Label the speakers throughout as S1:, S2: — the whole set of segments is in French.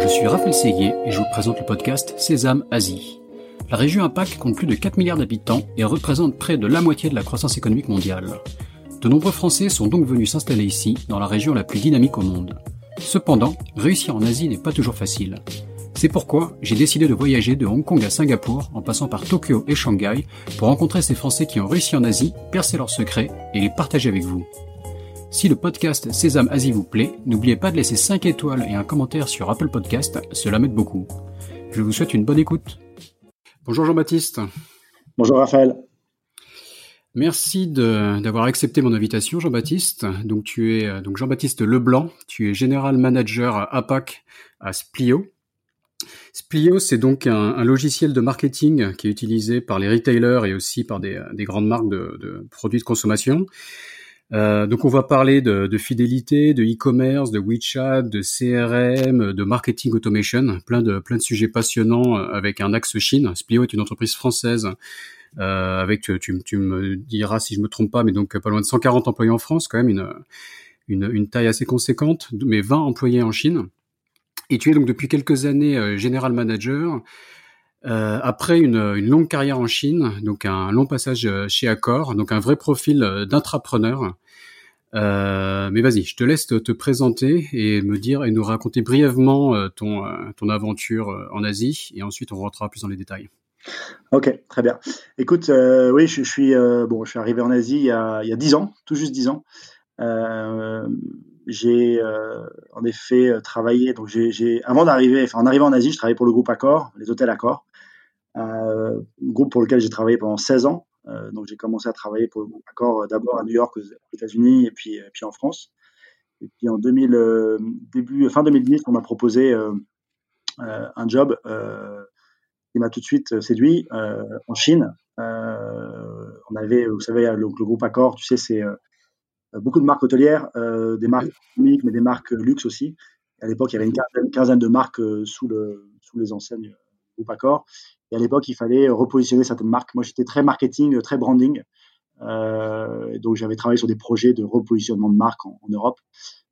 S1: suis Raphaël Séguier et je vous présente le podcast Sésame Asie. La région APAC compte plus de 4 milliards d'habitants et représente près de la moitié de la croissance économique mondiale. De nombreux Français sont donc venus s'installer ici, dans la région la plus dynamique au monde. Cependant, réussir en Asie n'est pas toujours facile. C'est pourquoi j'ai décidé de voyager de Hong Kong à Singapour, en passant par Tokyo et Shanghai, pour rencontrer ces Français qui ont réussi en Asie, percer leurs secrets et les partager avec vous. Si le podcast Sésame Asie vous plaît, n'oubliez pas de laisser 5 étoiles et un commentaire sur Apple Podcast, cela m'aide beaucoup. Je vous souhaite une bonne écoute. Bonjour Jean-Baptiste.
S2: Bonjour Raphaël.
S1: Merci d'avoir accepté mon invitation Jean-Baptiste. Donc tu es Jean-Baptiste Leblanc, tu es General Manager APAC à Splio. Splio, c'est donc un logiciel de marketing qui est utilisé par les retailers et aussi par des grandes marques de produits de consommation. Donc on va parler de fidélité, de e-commerce, de WeChat, de CRM, de marketing automation, plein de sujets passionnants avec un axe Chine. Splio est une entreprise française avec, tu me diras si je me trompe pas, mais donc pas loin de 140 employés en France, quand même une taille assez conséquente, mais 20 employés en Chine. Et tu es donc depuis quelques années General Manager. Après une longue carrière en Chine, donc un long passage chez Accor, donc un vrai profil d'intrapreneur. Mais vas-y, je te laisse te présenter et nous raconter brièvement ton aventure en Asie, et ensuite on rentrera plus dans les détails.
S2: Ok, très bien. Écoute, oui, je suis arrivé en Asie il y a 10 ans, tout juste 10 ans. J'ai en effet travaillé. Donc en arrivant en Asie, je travaillais pour le groupe Accor, les hôtels Accor, groupe pour lequel j'ai travaillé pendant 16 ans. Donc j'ai commencé à travailler pour le groupe Accor d'abord à New York, aux États-Unis, et puis en France. Et puis en fin 2010, on m'a proposé un job qui m'a tout de suite séduit en Chine. On avait, vous savez, le groupe Accor, tu sais, c'est beaucoup de marques hôtelières, des marques économiques, mais des marques luxe aussi. À l'époque, il y avait une quinzaine de marques sous les enseignes du groupe Accor. Et à l'époque, il fallait repositionner certaines marques. Moi, j'étais très marketing, très branding. Donc, j'avais travaillé sur des projets de repositionnement de marques en Europe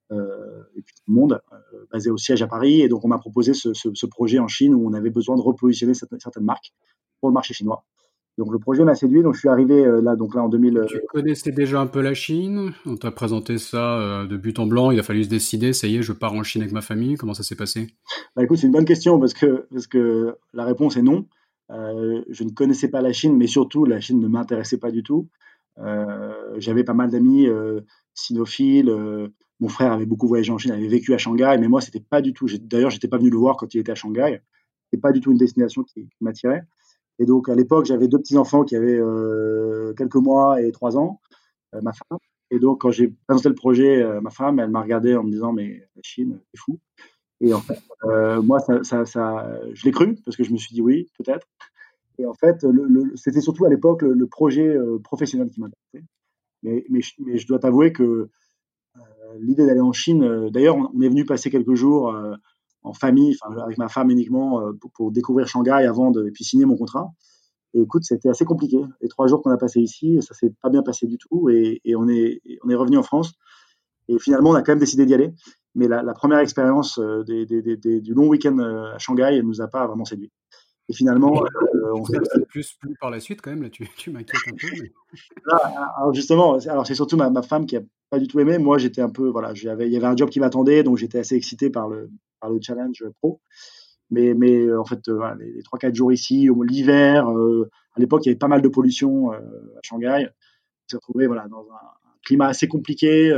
S2: et puis dans le monde, basé au siège à Paris. Et donc, on m'a proposé ce projet en Chine où on avait besoin de repositionner certaines marques pour le marché chinois. Donc le projet m'a séduit, donc je suis arrivé là en 2000.
S1: Tu connaissais déjà un peu la Chine, on t'a présenté ça de but en blanc, il a fallu se décider, ça y est, je pars en Chine avec ma famille, comment ça s'est passé?
S2: Bah écoute, c'est une bonne question parce que la réponse est non. Je ne connaissais pas la Chine, mais surtout la Chine ne m'intéressait pas du tout. J'avais pas mal d'amis sinophiles. Mon frère avait beaucoup voyagé en Chine, avait vécu à Shanghai, mais moi c'était pas du tout. D'ailleurs, j'étais pas venu le voir quand il était à Shanghai. C'est pas du tout une destination qui m'attirait. Et donc, à l'époque, j'avais 2 petits-enfants qui avaient quelques mois et 3 ans, ma femme. Et donc, quand j'ai présenté le projet, ma femme, elle m'a regardé en me disant, mais la Chine, c'est fou. Et en fait, moi, je l'ai cru parce que je me suis dit oui, peut-être. Et en fait, c'était surtout à l'époque le projet professionnel qui m'intéressait. Mais je dois t'avouer que l'idée d'aller en Chine, d'ailleurs, on est venu passer quelques jours en famille, avec ma femme uniquement, pour découvrir Shanghai et puis signer mon contrat. Et écoute, c'était assez compliqué. Les 3 jours qu'on a passés ici, ça s'est pas bien passé du tout. Et on est revenu en France. Et finalement, on a quand même décidé d'y aller. Mais la première expérience du long week-end à Shanghai, elle nous a pas vraiment séduit. Et finalement,
S1: on s'est plus par la suite quand même. Là, tu m'inquiètes un peu. Mais...
S2: Alors justement, c'est surtout ma femme qui a pas du tout aimé. Moi, j'étais un peu, voilà, il y avait un job qui m'attendait, donc j'étais assez excité par le challenge pro. Mais en fait, voilà, les 3-4 jours ici, l'hiver, à l'époque, il y avait pas mal de pollution à Shanghai. On s'est retrouvé voilà, dans un climat assez compliqué.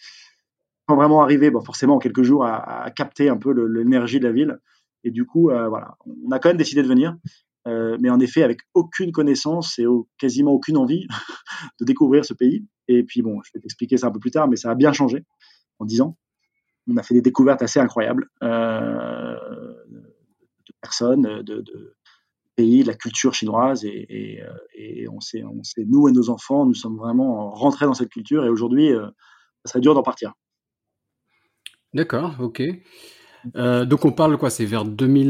S2: Sans vraiment arriver, bon, forcément, en quelques jours, à capter un peu l'énergie de la ville. Et du coup, voilà, on a quand même décidé de venir. Mais en effet, avec aucune connaissance et quasiment aucune envie de découvrir ce pays. Et puis, bon, je vais t'expliquer ça un peu plus tard, mais ça a bien changé en 10 ans. On a fait des découvertes assez incroyables de personnes, de pays, de la culture chinoise. Et on s'est, nous et nos enfants, nous sommes vraiment rentrés dans cette culture. Et aujourd'hui, ça serait dur d'en partir.
S1: D'accord, ok. Donc on parle quoi? C'est vers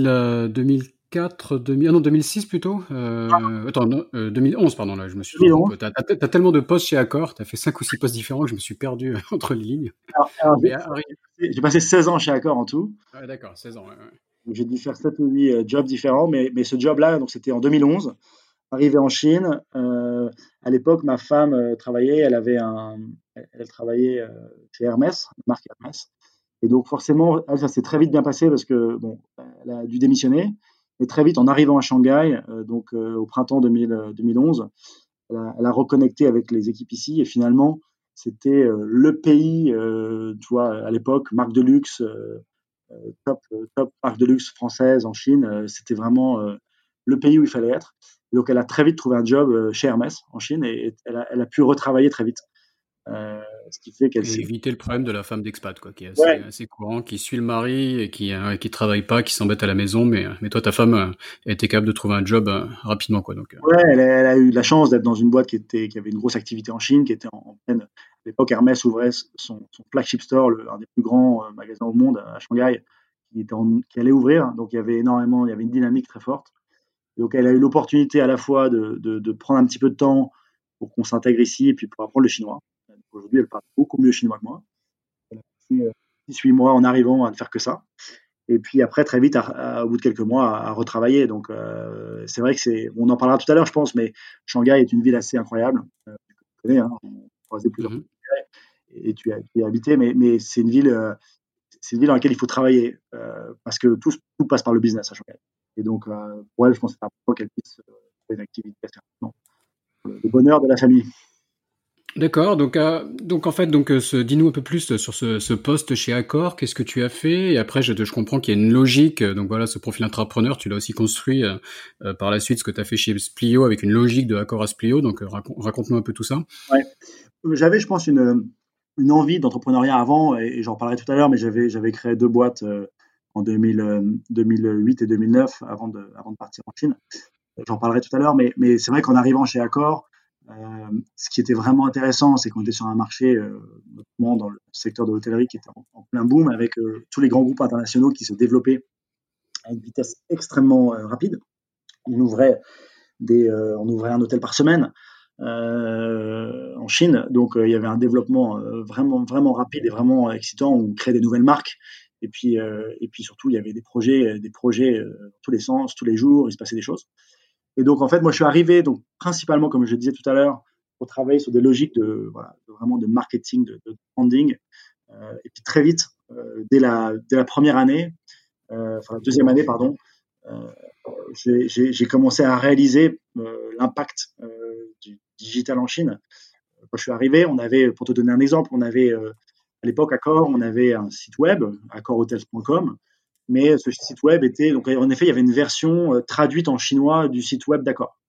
S1: 2004, 2006 plutôt. 2011 pardon, là je me suis trompé. T'as tellement de postes chez Accor, t'as fait 5 ou 6 postes différents que je me suis perdu entre les lignes.
S2: Alors, j'ai passé 16 ans chez Accor en tout.
S1: Ah, d'accord, 16 ans. Ouais.
S2: J'ai dû faire 7 ou 8 jobs différents, mais ce job-là, donc c'était en 2011. Arrivé en Chine, à l'époque, ma femme travaillait, elle travaillait chez Hermès, la marque Hermès. Et donc forcément, elle, ça s'est très vite bien passé parce que bon, elle a dû démissionner. Et très vite, en arrivant à Shanghai, au printemps 2011, elle a reconnecté avec les équipes ici. Et finalement, c'était le pays, tu vois, à l'époque, marque de luxe, top marque de luxe française en Chine. C'était vraiment le pays où il fallait être. Et donc, elle a très vite trouvé un job chez Hermès en Chine et elle a pu retravailler très vite. Euh, Ce qui fait qu'elle
S1: Et
S2: s'est.
S1: éviter le problème de la femme d'expat, quoi, qui est
S2: Ouais,
S1: assez courant, qui suit le mari et qui travaille pas, qui s'embête à la maison, mais toi, ta femme était capable de trouver un job rapidement, quoi. Donc,
S2: ouais, elle a eu de la chance d'être dans une boîte qui avait une grosse activité en Chine, qui était en pleine. À l'époque, Hermès ouvrait son flagship store, un des plus grands magasins au monde à Shanghai, qui allait ouvrir. Donc, il y avait une dynamique très forte. Donc, elle a eu l'opportunité à la fois de prendre un petit peu de temps pour qu'on s'intègre ici et puis pour apprendre le chinois. Donc, aujourd'hui, elle parle beaucoup mieux chinois que moi. Elle a passé 6-8 mois en arrivant à ne faire que ça. Et puis après, très vite, au bout de quelques mois, à retravailler. Donc, c'est vrai que on en parlera tout à l'heure, je pense, mais Shanghai est une ville assez incroyable. Tu connais, hein, on a croisé plusieurs fois
S1: mhm.
S2: et tu y as habité, mais c'est une ville dans laquelle il faut travailler parce que tout passe par le business à Shanghai. Et donc, pour elle, je pense que c'est important qu'elle puisse faire une activité assez rapidement. Pour le bonheur de la famille.
S1: D'accord. Donc en fait, dis-nous un peu plus sur ce poste chez Accor. Qu'est-ce que tu as fait? Et après, je comprends qu'il y a une logique. Donc voilà, ce profil entrepreneur, tu l'as aussi construit par la suite, ce que tu as fait chez Splio avec une logique de Accor à Splio. Donc raconte-nous un peu tout ça.
S2: Ouais. J'avais, je pense, une envie d'entrepreneuriat avant, et j'en parlerai tout à l'heure, mais j'avais créé deux boîtes en 2008 et 2009 avant de partir en Chine. J'en parlerai tout à l'heure, mais c'est vrai qu'en arrivant chez Accor, ce qui était vraiment intéressant, c'est qu'on était sur un marché, notamment dans le secteur de l'hôtellerie, qui était en plein boom, avec tous les grands groupes internationaux qui se développaient à une vitesse extrêmement rapide. On ouvrait on ouvrait un hôtel par semaine en Chine. Donc, il y avait un développement vraiment, vraiment rapide et vraiment excitant. On créait des nouvelles marques. Et puis surtout, il y avait des projets dans tous les sens, tous les jours, il se passait des choses. Et donc, en fait, moi, je suis arrivé, donc, principalement, comme je disais tout à l'heure, pour travailler sur des logiques voilà, vraiment de marketing, de branding. Et puis, très vite, dès la première année, enfin, la deuxième année, pardon, euh, j'ai commencé à réaliser l'impact du digital en Chine. Quand je suis arrivé, pour te donner un exemple, on avait à l'époque Accor, on avait un site web, accorhotels.com, mais ce site web était, donc en effet, il y avait une version traduite en chinois du site web d'Accor.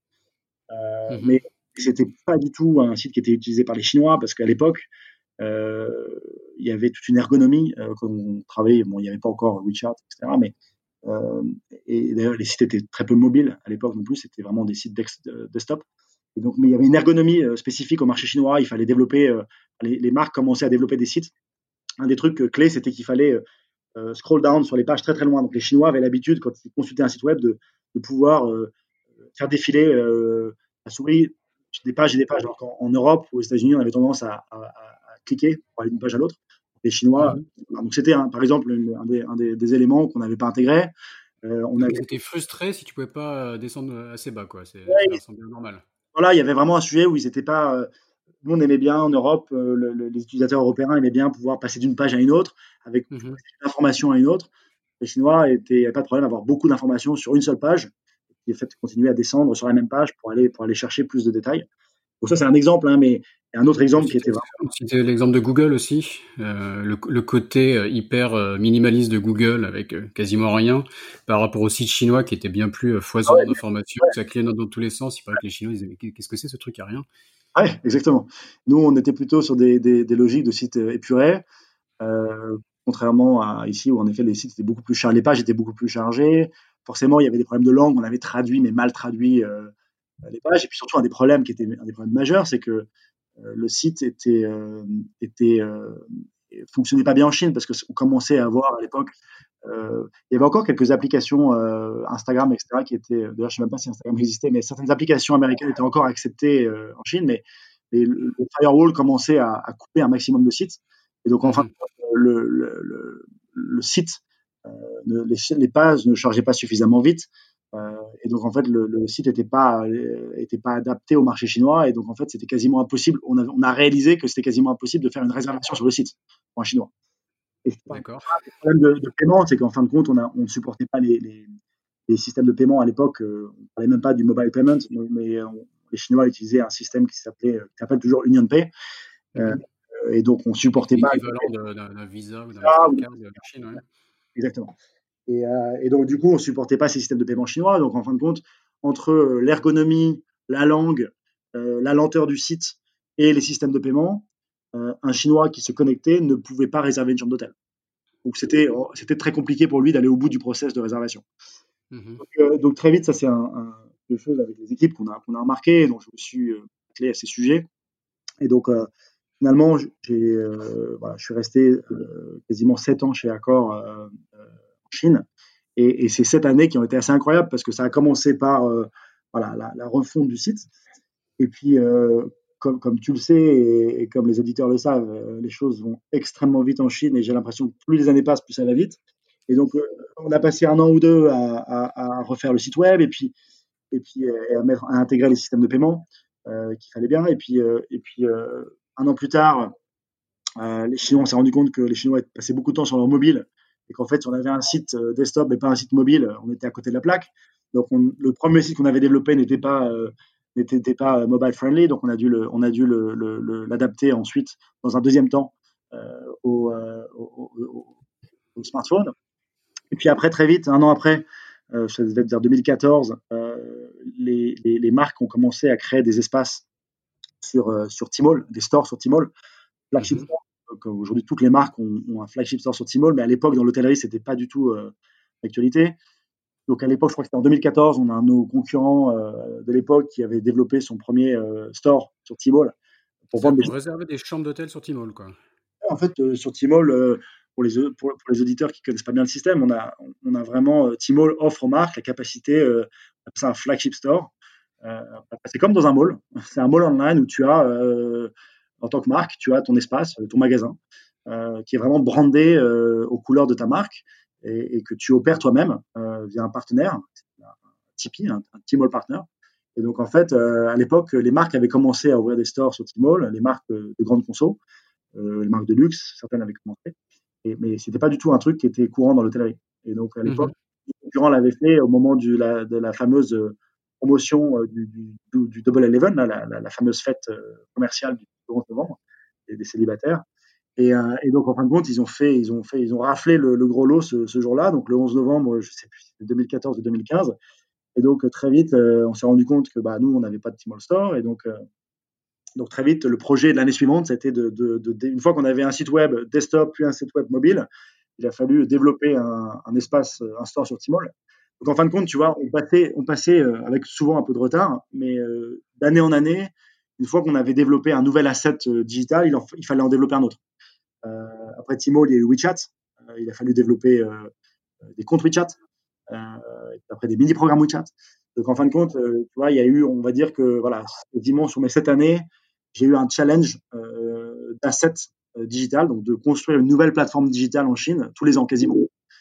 S2: Mais
S1: Mhm.
S2: c'était pas du tout un site qui était utilisé par les Chinois parce qu'à l'époque, euh, il y avait toute une ergonomie quand on travaillait. Bon, il n'y avait pas encore WeChat, etc. Euh, et d'ailleurs, les sites étaient très peu mobiles à l'époque non plus. C'était vraiment des sites desktop. Et donc, mais il y avait une ergonomie spécifique au marché chinois. Il fallait développer, les marques commençaient à développer des sites. Un des trucs clés, c'était qu'il fallait scroll down sur les pages très très loin. Donc, les Chinois avaient l'habitude, quand ils consultaient un site web, de pouvoir faire défiler la souris des pages et des pages. Alors qu'en Europe ou aux États-Unis, on avait tendance à cliquer pour aller d'une page à l'autre. Les Chinois,
S1: Mhm.
S2: donc c'était par exemple des éléments qu'on n'avait pas intégrés. On
S1: Donc
S2: avait,
S1: ils étaient frustrés si tu pouvais pas descendre assez bas, quoi. Ça
S2: ouais,
S1: leur semblait normal.
S2: voilà, il y avait vraiment un sujet où ils n'étaient pas. Nous, on aimait bien en Europe, les utilisateurs européens aimaient bien pouvoir passer d'une page à une autre, avec
S1: Mhm.
S2: une information à une autre. Les Chinois n'avaient pas de problème d'avoir beaucoup d'informations sur une seule page, et en fait continuer à descendre sur la même page pour aller chercher plus de détails. Donc ça, c'est un exemple, hein, mais il y a un autre exemple qui était vraiment.
S1: On citait l'exemple de Google aussi, le côté hyper minimaliste de Google avec quasiment rien par rapport au site chinois qui était bien plus
S2: Ah
S1: foisonnant
S2: ouais,
S1: d'informations, ça clignait dans tous les sens. Il paraît que les Chinois ils disaient mais qu'est-ce que c'est ce truc, il y a rien.
S2: ouais, exactement. Nous, on était plutôt sur des logiques de sites épurés, contrairement à ici où en effet les sites étaient beaucoup plus chargés, les pages étaient beaucoup plus chargées. Forcément, il y avait des problèmes de langue, on avait traduit mais mal traduit les pages. Et puis surtout, un des problèmes qui était un des problèmes majeurs, c'est que le site était fonctionnait pas bien en Chine parce qu'on commençait à avoir à l'époque, il y avait encore quelques applications Instagram, etc. qui étaient, d'ailleurs, je sais même pas si Instagram existait, mais certaines applications américaines étaient encore acceptées en Chine, mais le firewall commençait à couper un maximum de sites. Et donc, enfin,
S1: Mhm.
S2: le site les pages ne chargeaient pas suffisamment vite. Et donc en fait le site n'était pas adapté au marché chinois, et donc en fait c'était quasiment impossible. On a réalisé que c'était quasiment impossible de faire une réservation sur le site en chinois. Et
S1: D'accord.
S2: le problème de paiement, c'est qu'en fin de compte, on ne supportait pas les systèmes de paiement à l'époque. On ne parlait même pas du mobile payment, mais les Chinois utilisaient un système qui s'appelle toujours UnionPay. Et donc, on ne supportait pas.
S1: L'équivalent d'un Visa ou d'un
S2: Ah,
S1: Mastercard de Chine. Ouais.
S2: exactement. Et donc, du coup, on ne supportait pas ces systèmes de paiement chinois. Donc, en fin de compte, entre l'ergonomie, la langue, la lenteur du site et les systèmes de paiement, un Chinois qui se connectait ne pouvait pas réserver une chambre d'hôtel. Donc, c'était très compliqué pour lui d'aller au bout du process de réservation. Donc très vite, ça c'est quelque chose avec les équipes qu'on a remarqué. Donc je me suis attelé à ces sujets. Et donc finalement, voilà, je suis resté quasiment 7 ans chez Accor en Chine. Et c'est 7 années qui ont été assez incroyables, parce que ça a commencé par voilà, la refonte du site. Et puis, comme tu le sais, et comme les auditeurs le savent, les choses vont extrêmement vite en Chine, et j'ai l'impression que plus les années passent, plus ça va vite. Et donc, on a passé 1 an ou 2 à refaire le site web, à intégrer les systèmes de paiement qu'il fallait bien. Et puis, 1 an plus tard, les Chinois, on s'est rendu compte que les Chinois passaient beaucoup de temps sur leur mobile, et qu'en fait, si on avait un site desktop et pas un site mobile, on était à côté de la plaque. Donc, le premier site qu'on avait développé n'était pas mobile friendly, donc on a dû l'adapter ensuite dans un deuxième temps au smartphone. Et puis après, très vite, 1 an après, ça devait être vers 2014, les marques ont commencé à créer des espaces sur Tmall, des stores sur Tmall, flagship store. Donc, aujourd'hui, toutes les marques ont un flagship store sur Tmall, mais à l'époque, dans l'hôtellerie, c'était pas du tout l'actualité. Donc à l'époque, je crois que c'était en 2014, on a un de nos concurrents de l'époque qui avait développé son premier store sur Tmall pour vendre
S1: C'est-à-dire
S2: des
S1: pour réserver des chambres d'hôtel sur Tmall, quoi.
S2: En fait, sur Tmall, pour les auditeurs qui connaissent pas bien le système, on a vraiment Tmall offre aux marques la capacité, on appelle ça un flagship store. C'est comme dans un mall. C'est un mall online où tu as, en tant que marque, tu as ton espace, ton magasin, qui est vraiment brandé aux couleurs de ta marque, et que tu opères toi-même via un partenaire, un Tipeee, un Tmall partner. Et donc, en fait, à l'époque, les marques avaient commencé à ouvrir des stores sur Tmall, les marques de grande conso, les marques de luxe, certaines avaient commencé. Mais ce n'était pas du tout un truc qui était courant dans l'hôtellerie. Et donc, à l'époque, les concurrents l'avaient fait au moment de la fameuse promotion du Double Eleven, la fameuse fête commerciale du 11 novembre, des célibataires. Et donc, en fin de compte, ils ont raflé le gros lot ce jour-là, donc le 11 novembre, je ne sais plus si c'était 2014 ou 2015. Et donc, très vite, on s'est rendu compte que nous, on n'avait pas de Tmall Store. Et donc très vite, le projet de l'année suivante, c'était une fois qu'on avait un site web desktop puis un site web mobile, il a fallu développer un espace, un store sur Tmall. Donc en fin de compte, tu vois, on passait avec souvent un peu de retard, mais d'année en année, une fois qu'on avait développé un nouvel asset digital, il fallait en développer un autre. Après Tmall, il y a eu WeChat. Il a fallu développer des comptes WeChat, après des mini-programmes WeChat. Donc en fin de compte, tu vois, il y a eu, on va dire que voilà, quasiment sur mes 7 années, j'ai eu un challenge d'asset digital, donc de construire une nouvelle plateforme digitale en Chine tous les ans quasiment.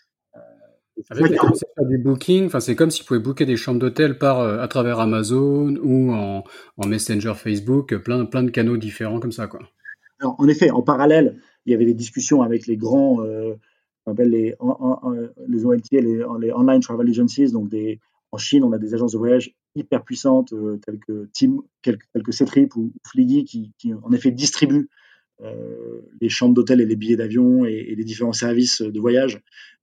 S1: Avec la capacité de faire du booking, enfin c'est comme si vous pouvez booker des chambres d'hôtel à travers Amazon ou en Messenger Facebook, plein de canaux différents comme ça, quoi.
S2: Alors, en effet, en parallèle, il y avait des discussions avec les grands, on appelle les OLT, les Online Travel Agencies. Donc en Chine, on a des agences de voyage hyper puissantes, telles que Ctrip ou Fliggy, qui en effet distribuent les chambres d'hôtel et les billets d'avion et les différents services de voyage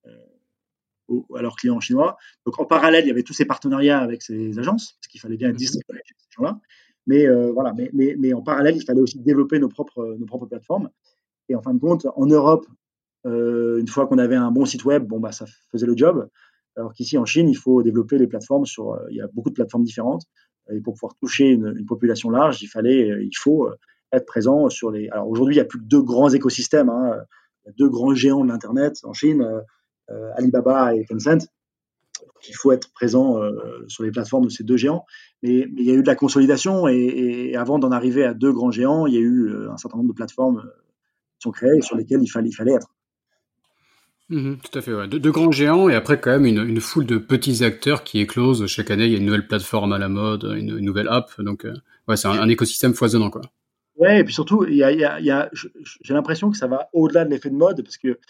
S2: à leurs clients chinois. Donc en parallèle, il y avait tous ces partenariats avec ces agences, parce qu'il fallait bien distribuer ces gens-là. Mais voilà, mais en parallèle, il fallait aussi développer nos propres plateformes. Et en fin de compte, en Europe, une fois qu'on avait un bon site web, ça faisait le job. Alors qu'ici, en Chine, il faut développer les plateformes il y a beaucoup de plateformes différentes. Et pour pouvoir toucher une population large, il faut être présent sur les. Alors aujourd'hui, il n'y a plus que 2 grands écosystèmes, hein. Il y a 2 grands géants de l'Internet en Chine, Alibaba et Tencent. Il faut être présent sur les plateformes de ces 2 géants. Mais il y a eu de la consolidation, et avant d'en arriver à 2 grands géants, il y a eu un certain nombre de plateformes qui sont créées sur lesquelles il fallait être.
S1: Tout à fait, ouais. De grands géants et après quand même une foule de petits acteurs qui éclosent. Chaque année, il y a une nouvelle plateforme à la mode, une nouvelle app. Donc, ouais, c'est un écosystème foisonnant, quoi.
S2: Ouais, et puis surtout, j'ai l'impression que ça va au-delà de l'effet de mode parce que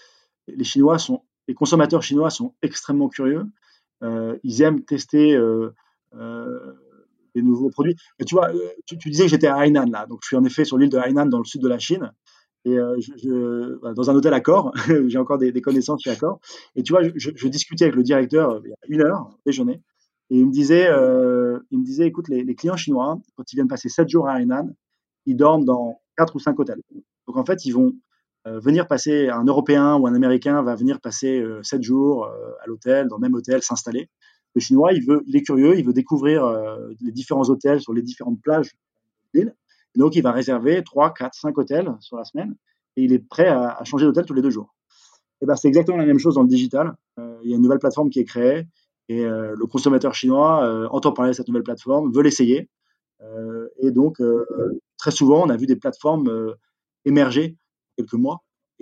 S2: les consommateurs chinois sont extrêmement curieux. Ils aiment tester euh, des nouveaux produits. Et tu vois, tu disais que j'étais à Hainan là, donc je suis en effet sur l'île de Hainan dans le sud de la Chine. Et dans un hôtel Accor, j'ai encore des connaissances chez Accor. Et tu vois, je discutais avec le directeur il y a une heure, au déjeuner, et il me disait, écoute, les clients chinois, quand ils viennent passer 7 jours à Hainan, ils dorment dans 4 ou 5 hôtels. Donc en fait, ils vont venir passer, un Européen ou un Américain va venir passer 7 jours à l'hôtel, dans le même hôtel, s'installer. Le Chinois, il est curieux, il veut découvrir les différents hôtels sur les différentes plages de l'île. Et donc, il va réserver 3, 4, 5 hôtels sur la semaine et il est prêt à changer d'hôtel tous les 2 jours. Et ben, c'est exactement la même chose dans le digital. Il y a une nouvelle plateforme qui est créée et le consommateur chinois entend parler de cette nouvelle plateforme, veut l'essayer. Et donc, très souvent, on a vu des plateformes émerger quelques mois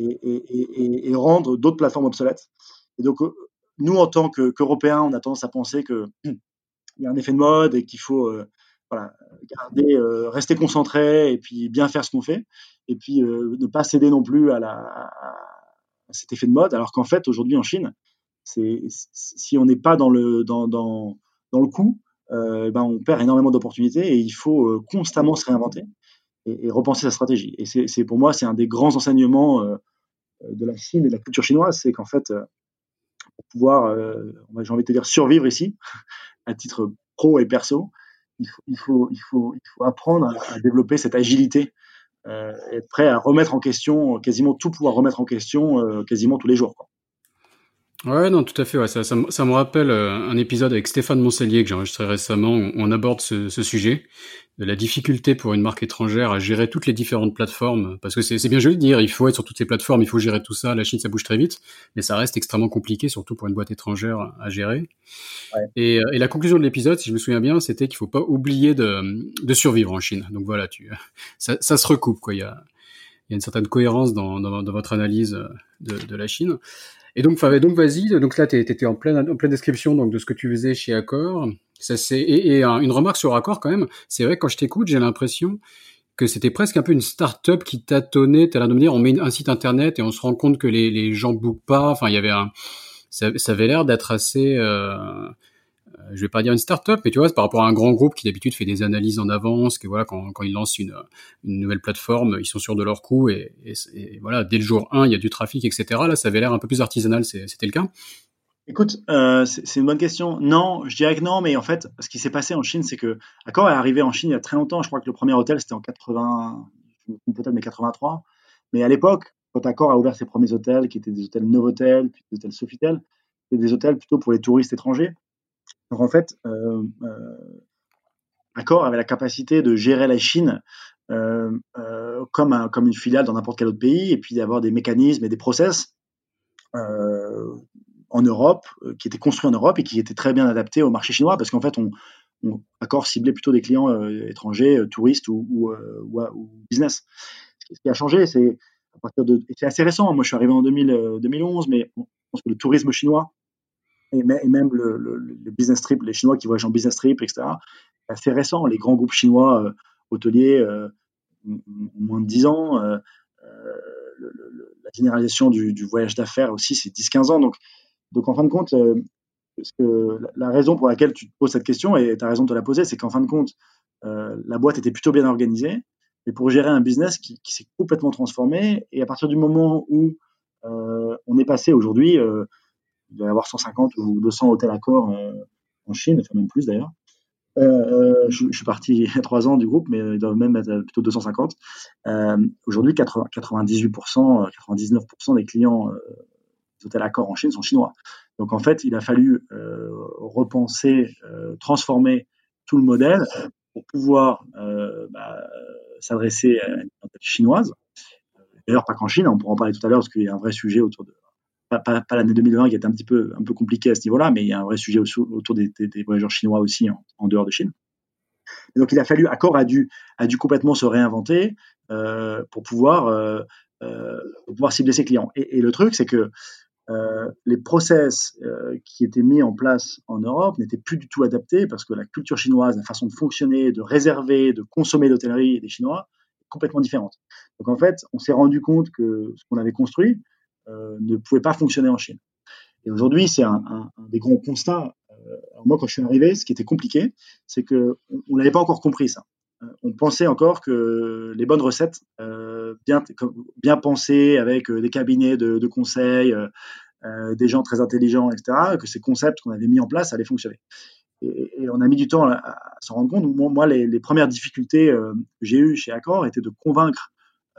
S2: et rendre d'autres plateformes obsolètes. Et donc, nous, en tant qu'Européens, on a tendance à penser qu'il y a un effet de mode et qu'il faut voilà, rester concentré et puis bien faire ce qu'on fait. Et puis, ne pas céder non plus à cet effet de mode. Alors qu'en fait, aujourd'hui, en Chine, si on n'est pas dans le coup, ben on perd énormément d'opportunités et il faut constamment se réinventer et repenser sa stratégie. Et pour moi, c'est un des grands enseignements de la Chine et de la culture chinoise, c'est qu'en fait, pour pouvoir, j'ai envie de te dire, survivre ici, à titre pro et perso, il faut apprendre à développer cette agilité, être prêt à remettre en question, quasiment tout pouvoir remettre en question, quasiment tous les jours, quoi.
S1: Ouais, non, tout à fait. Ouais, ça me rappelle un épisode avec Stéphane Moncellier que j'ai enregistré récemment où on aborde ce sujet de la difficulté pour une marque étrangère à gérer toutes les différentes plateformes. Parce que c'est bien joli de dire, il faut être sur toutes ces plateformes, il faut gérer tout ça. La Chine, ça bouge très vite, mais ça reste extrêmement compliqué, surtout pour une boîte étrangère à gérer.
S2: Ouais.
S1: Et la conclusion de l'épisode, si je me souviens bien, c'était qu'il faut pas oublier de survivre en Chine. Donc voilà, ça se recoupe, quoi. Il y a une certaine cohérence dans votre analyse de la Chine. Et donc vas-y. Donc là, t'étais en pleine description donc de ce que tu faisais chez Accor. Une remarque sur Accor quand même. C'est vrai que quand je t'écoute, j'ai l'impression que c'était presque un peu une start-up qui tâtonnait. T'as l'air de me dire, on met un site internet et on se rend compte que les gens bookent pas. Enfin, il y avait ça avait l'air d'être assez je vais pas dire une start-up, mais tu vois, c'est par rapport à un grand groupe qui d'habitude fait des analyses en avance, que voilà, quand ils lancent une nouvelle plateforme, ils sont sûrs de leur coût et voilà, dès le jour 1, il y a du trafic, etc. Là, ça avait l'air un peu plus artisanal, c'était le cas.
S2: Écoute, c'est une bonne question. Non, je dirais que non, mais en fait, ce qui s'est passé en Chine, c'est que Accor est arrivé en Chine il y a très longtemps. Je crois que le premier hôtel, c'était en 80, je me trompe peut-être, mais 83. Mais à l'époque, quand Accor a ouvert ses premiers hôtels, qui étaient des hôtels Novotel, puis des hôtels Sofitel, c'était des hôtels plutôt pour les touristes étrangers. Donc en fait, Accor avait la capacité de gérer la Chine comme une filiale dans n'importe quel autre pays, et puis d'avoir des mécanismes et des process euh, en Europe, qui étaient construits en Europe et qui étaient très bien adaptés au marché chinois, parce qu'en fait, Accor ciblait plutôt des clients étrangers, touristes ou business. Ce qui a changé, c'est à partir et c'est assez récent. Moi, je suis arrivé en 2011, mais je pense que le tourisme chinois et même le business trip, les Chinois qui voyagent en business trip, etc., c'est assez récent. Les grands groupes chinois hôteliers ont moins de 10 ans. La généralisation du voyage d'affaires aussi, c'est 10-15 ans. Donc, en fin de compte, la raison pour laquelle tu te poses cette question, et tu as raison de te la poser, c'est qu'en fin de compte, la boîte était plutôt bien organisée, mais pour gérer un business qui s'est complètement transformé, et à partir du moment où on est passé aujourd'hui, il doit y avoir 150 ou 200 hôtels Accor en Chine, enfin même plus d'ailleurs. Je suis parti il y a 3 ans du groupe, mais ils doivent même être plutôt 250. Aujourd'hui, 98%, 99% des clients des hôtels Accor en Chine sont chinois. Donc en fait, il a fallu repenser, transformer tout le modèle pour pouvoir s'adresser à une clientèle chinoise. D'ailleurs, pas qu'en Chine, on pourra en parler tout à l'heure parce qu'il y a un vrai sujet autour de pas l'année 2020 qui est un peu compliqué à ce niveau-là, mais il y a un vrai sujet autour des voyageurs chinois aussi en dehors de Chine. Et donc il a fallu, Accor a dû complètement se réinventer pour pouvoir cibler ses clients. Et le truc, c'est que les process qui étaient mis en place en Europe n'étaient plus du tout adaptés parce que la culture chinoise, la façon de fonctionner, de réserver, de consommer l'hôtellerie des Chinois est complètement différente. Donc en fait, on s'est rendu compte que ce qu'on avait construit ne pouvait pas fonctionner en Chine. Et aujourd'hui, c'est un des grands constats. Alors moi, quand je suis arrivé, ce qui était compliqué, c'est que on n'avait pas encore compris ça. On pensait encore que les bonnes recettes, bien pensées, avec des cabinets de conseil, des gens très intelligents, etc., que ces concepts qu'on avait mis en place allaient fonctionner. Et on a mis du temps à s'en rendre compte. Moi les premières difficultés que j'ai eues chez Accor étaient de convaincre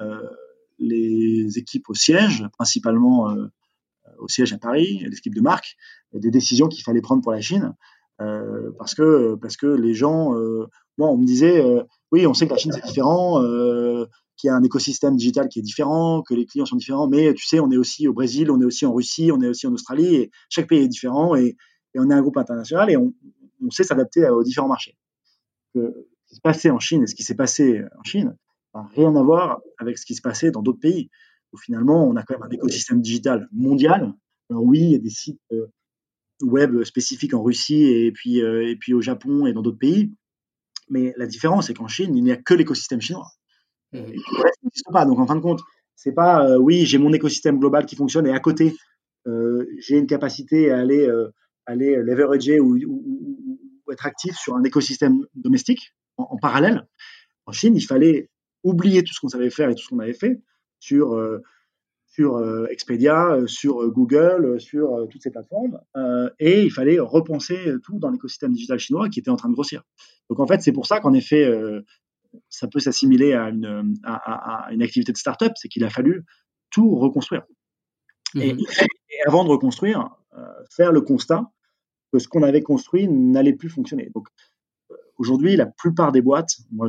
S2: les équipes au siège, principalement au siège à Paris, les équipes de marque, des décisions qu'il fallait prendre pour la Chine, parce que les gens, moi, on me disait, oui, on sait que la Chine c'est différent, qu'il y a un écosystème digital qui est différent, que les clients sont différents, mais tu sais, on est aussi au Brésil, on est aussi en Russie, on est aussi en Australie, et chaque pays est différent, et on est un groupe international, et on sait s'adapter aux différents marchés. Ce qui se passait en Chine et ce qui s'est passé en Chine n'a rien à voir avec ce qui se passait dans d'autres pays, où finalement, on a quand même un écosystème digital mondial. Alors oui, il y a des sites web spécifiques en Russie et puis au Japon et dans d'autres pays, mais la différence, c'est qu'en Chine, il n'y a que l'écosystème chinois. Et puis, le reste n'existe pas. Donc, en fin de compte, c'est pas, oui, j'ai mon écosystème global qui fonctionne et à côté, j'ai une capacité à aller leverager ou être actif sur un écosystème domestique en parallèle. En Chine, il fallait oublier tout ce qu'on savait faire et tout ce qu'on avait fait sur, Expedia, sur Google, sur toutes ces plateformes. Et il fallait repenser tout dans l'écosystème digital chinois qui était en train de grossir. Donc en fait, c'est pour ça qu'en effet, ça peut s'assimiler à une activité de start-up, c'est qu'il a fallu tout reconstruire. Et avant de reconstruire, faire le constat que ce qu'on avait construit n'allait plus fonctionner. Donc aujourd'hui, la plupart des boîtes, moi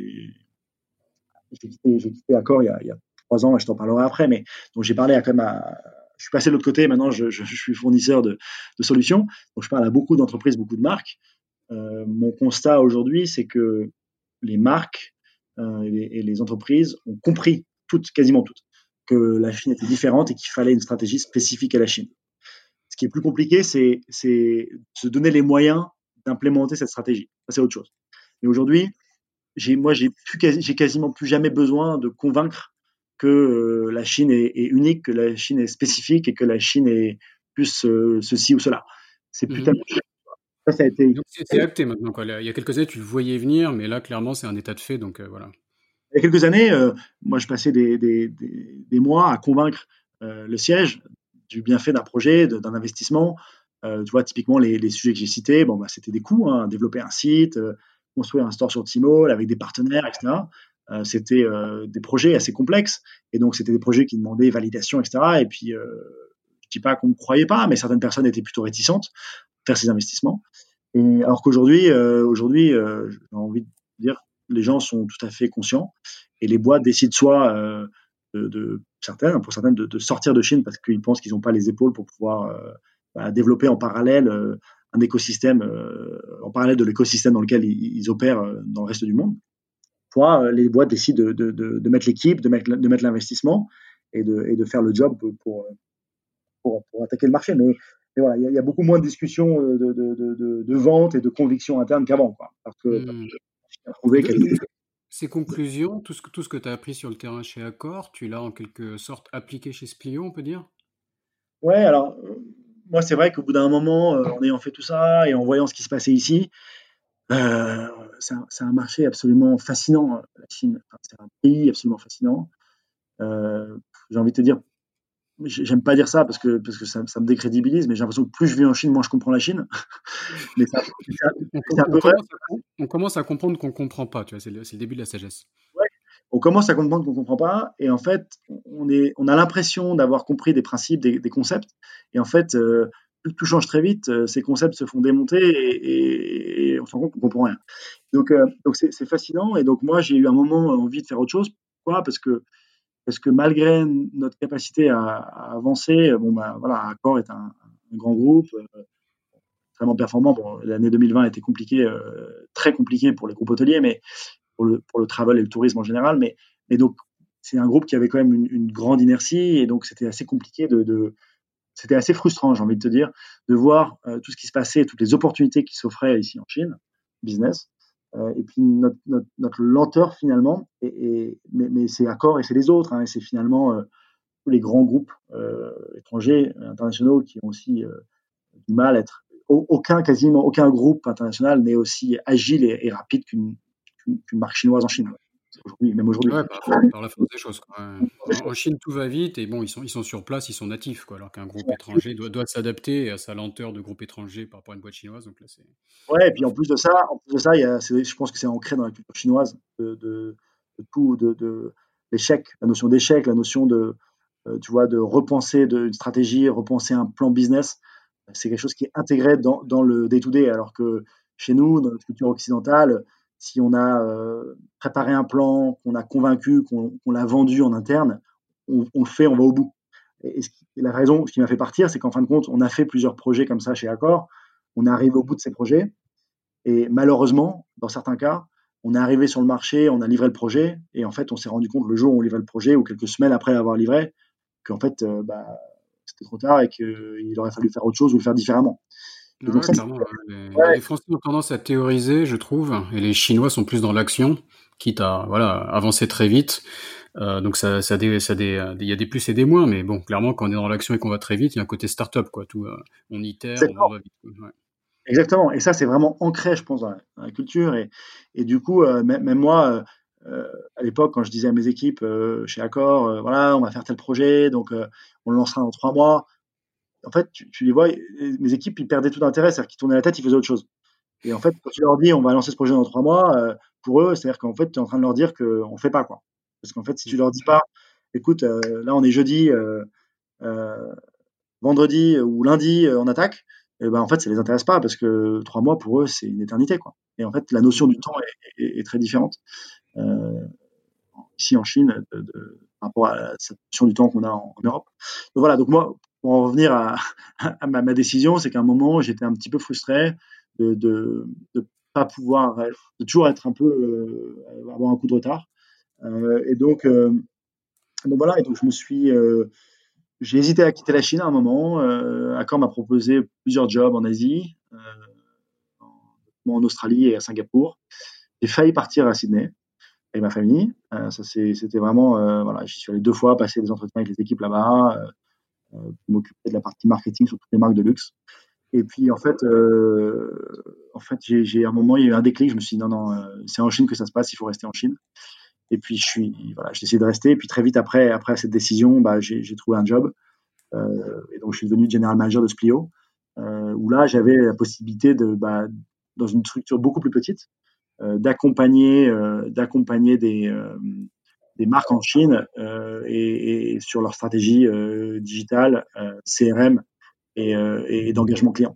S2: j'ai quitté Accor il y a 3 ans, et je t'en parlerai après, mais donc j'ai parlé je suis passé de l'autre côté, maintenant je suis fournisseur de solutions, donc je parle à beaucoup d'entreprises, beaucoup de marques. Mon constat aujourd'hui, c'est que les marques et les entreprises ont compris, quasiment toutes, que la Chine était différente et qu'il fallait une stratégie spécifique à la Chine. Ce qui est plus compliqué, c'est se donner les moyens d'implémenter cette stratégie. Ça, c'est autre chose. Mais aujourd'hui, j'ai quasiment plus jamais besoin de convaincre que la Chine est unique, que la Chine est spécifique et que la Chine est plus ceci ou cela. C'est plus tellement. Ça a été.
S1: Donc c'est acté maintenant, quoi. Il y a quelques années, tu le voyais venir, mais là, clairement, c'est un état de fait, donc voilà.
S2: Il y a quelques années, moi, je passais des mois à convaincre le siège du bienfait d'un projet, d'un investissement. Tu vois, typiquement, les sujets que j'ai cités, bon, bah, c'était des coûts, hein, développer un site, construire un store sur Tmall avec des partenaires, etc. C'était des projets assez complexes. Et donc, c'était des projets qui demandaient validation, etc. Et puis, je ne dis pas qu'on ne croyait pas, mais certaines personnes étaient plutôt réticentes à faire ces investissements. Et alors qu'aujourd'hui, j'ai envie de dire, les gens sont tout à fait conscients et les boîtes décident soit pour certaines, de sortir de Chine parce qu'ils pensent qu'ils n'ont pas les épaules pour pouvoir développer en parallèle un écosystème, en parallèle de l'écosystème dans lequel ils opèrent dans le reste du monde. Soit les boîtes décident de mettre l'équipe, de mettre l'investissement et de faire le job pour attaquer le marché. Mais voilà, il y a beaucoup moins de discussions de vente et de conviction interne qu'avant, quoi. Parce que
S1: Et
S2: trouvé
S1: donc,
S2: qu'elle.
S1: ces conclusions, tout ce que tu as appris sur le terrain chez Accor, tu l'as en quelque sorte appliqué chez Splio, on peut dire?
S2: Ouais, alors moi c'est vrai qu'au bout d'un moment, en ayant fait tout ça et en voyant ce qui se passait ici, c'est un marché absolument fascinant, la Chine. Enfin, c'est un pays absolument fascinant. J'ai envie de te dire, j'aime pas dire ça parce que ça me décrédibilise, mais j'ai l'impression que plus je vis en Chine, moins je comprends la Chine. Mais c'est un peu vrai.
S1: On commence à comprendre qu'on comprend pas, tu vois, c'est le début de la sagesse.
S2: Ouais. On commence à comprendre qu'on comprend pas, et en fait, on a l'impression d'avoir compris des principes, des concepts, et en fait, tout change très vite. Ces concepts se font démonter et on se rend compte qu'on comprend rien. Donc c'est fascinant. Et donc moi, j'ai eu un moment envie de faire autre chose. Pourquoi? Parce que malgré notre capacité à avancer, bon bah voilà, Accor est un grand groupe. Vraiment performant. Bon, l'année 2020 a été compliquée, très compliquée pour les groupes hôteliers, mais pour le travel et le tourisme en général. Mais donc, c'est un groupe qui avait quand même une grande inertie, et donc c'était assez compliqué c'était assez frustrant, j'ai envie de te dire, de voir tout ce qui se passait, toutes les opportunités qui s'offraient ici en Chine, business, et puis notre lenteur finalement, mais c'est Accor et c'est les autres, hein, et c'est finalement tous les grands groupes étrangers, internationaux qui ont aussi du mal à être. Quasiment aucun groupe international n'est aussi agile et rapide qu'une marque chinoise en Chine. Aujourd'hui, même aujourd'hui.
S1: Ouais, par la force des choses, quoi. Ouais. En Chine, tout va vite et bon, ils sont sur place, ils sont natifs, quoi. Alors qu'un groupe étranger doit s'adapter à sa lenteur de groupe étranger par rapport à une boîte chinoise. Donc là, c'est
S2: Ouais, et puis
S1: parfait.
S2: en plus de ça, je pense que c'est ancré dans la culture chinoise de tout, l'échec, la notion d'échec, la notion tu vois, de repenser une stratégie, repenser un plan business. C'est quelque chose qui est intégré dans le day-to-day, alors que chez nous, dans notre culture occidentale, si on a préparé un plan, qu'on a convaincu, qu'on l'a vendu en interne, on le fait, on va au bout. Et la raison, ce qui m'a fait partir, c'est qu'en fin de compte, on a fait plusieurs projets comme ça chez Accor. On est arrivé au bout de ces projets. Et malheureusement, dans certains cas, on est arrivé sur le marché, on a livré le projet. Et en fait, on s'est rendu compte le jour où on livrait le projet, ou quelques semaines après l'avoir livré, qu'en fait, c'était trop tard et qu'il aurait fallu faire autre chose ou le faire différemment. Et donc
S1: Ouais,
S2: ça,
S1: clairement. Ouais.
S2: ouais,
S1: Les Français ont tendance à théoriser, je trouve, et les Chinois sont plus dans l'action, quitte à voilà avancer très vite. Donc il y a des plus et des moins, mais bon, clairement, quand on est dans l'action et qu'on va très vite, il y a un côté start-up, quoi. Tout, on itère, on
S2: exactement.
S1: va vite. Ouais.
S2: Exactement. Et ça, c'est vraiment ancré, je pense, dans la culture. Et du coup, même moi, à l'époque, quand je disais à mes équipes chez Accor, voilà, on va faire tel projet, donc on le lancera dans 3 mois. En fait, tu les vois, mes équipes, ils perdaient tout intérêt, c'est-à-dire qu'ils tournaient la tête, ils faisaient autre chose. Et en fait, quand tu leur dis, on va lancer ce projet dans 3 mois, pour eux, c'est-à-dire qu'en fait, tu es en train de leur dire qu'on ne fait pas, quoi. Parce qu'en fait, si tu leur dis pas, écoute, là, on est jeudi, euh, vendredi ou lundi, on attaque, et ben, en fait, ça les intéresse pas parce que 3 mois, pour eux, c'est une éternité, quoi. Et en fait, la notion du temps est très différente ici en Chine par rapport à cette notion du temps qu'on a en Europe. Donc voilà, donc moi, pour en revenir à ma décision, c'est qu'à un moment, j'étais un petit peu frustré de pas pouvoir, de toujours être un peu, avoir un coup de retard. Et donc voilà, et donc j'ai hésité à quitter la Chine à un moment. Accor m'a proposé plusieurs jobs en Asie, en Australie et à Singapour. J'ai failli partir à Sydney avec ma famille. C'était vraiment, voilà, j'y suis allé 2 fois, passer des entretiens avec les équipes là-bas, pour m'occuper de la partie marketing sur toutes les marques de luxe. Et puis en fait, à un moment, il y a eu un déclic. Je me suis dit non, non, c'est en Chine que ça se passe, il faut rester en Chine. Et puis voilà, j'ai essayé de rester. Et puis très vite après cette décision, j'ai trouvé un job. Et donc je suis devenu general manager de Splio, où là j'avais la possibilité dans une structure beaucoup plus petite, d'accompagner des marques en Chine et sur leur stratégie digitale, CRM et d'engagement client.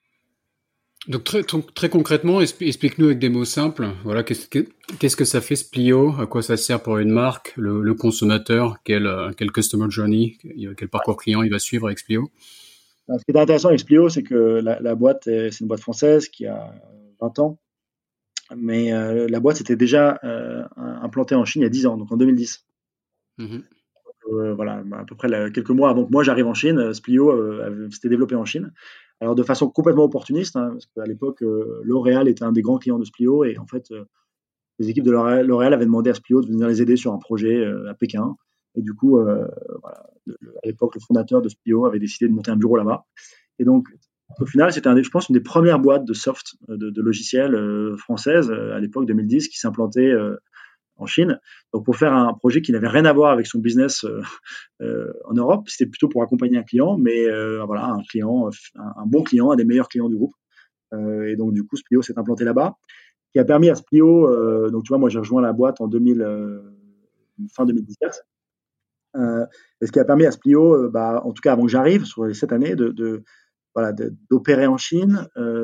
S1: Donc très concrètement, explique-nous avec des mots simples. Voilà, qu'est-ce que ça fait Splio, à quoi ça sert pour une marque, le consommateur, quel customer journey, quel parcours client il va suivre avec Splio.
S2: Ce qui est intéressant avec Splio, c'est que la boîte, c'est une boîte française qui a 20 ans, mais la boîte s'était déjà implantée en Chine il y a 10 ans, donc en 2010.
S1: Mhm.
S2: Voilà, à peu près quelques mois avant que moi j'arrive en Chine, Splio s'était développé en Chine. Alors de façon complètement opportuniste, hein, parce qu'à l'époque, L'Oréal était un des grands clients de Splio, et en fait, les équipes de L'Oréal avaient demandé à Splio de venir les aider sur un projet à Pékin. Et du coup, voilà, à l'époque, le fondateur de Splio avait décidé de monter un bureau là-bas. Et donc, au final, c'était, je pense, une des premières boîtes de soft, de logiciels françaises à l'époque 2010 qui s'implantait en Chine. Donc, pour faire un projet qui n'avait rien à voir avec son business en Europe, c'était plutôt pour accompagner un client, mais voilà, un client, un bon client, un des meilleurs clients du groupe. Et donc, du coup, Splio s'est implanté là-bas, qui a permis à Splio, donc tu vois, moi j'ai rejoint la boîte en 2000, fin 2017, et ce qui a permis à Splio, en tout cas avant que j'arrive, sur les 7 années, voilà, d'opérer en Chine,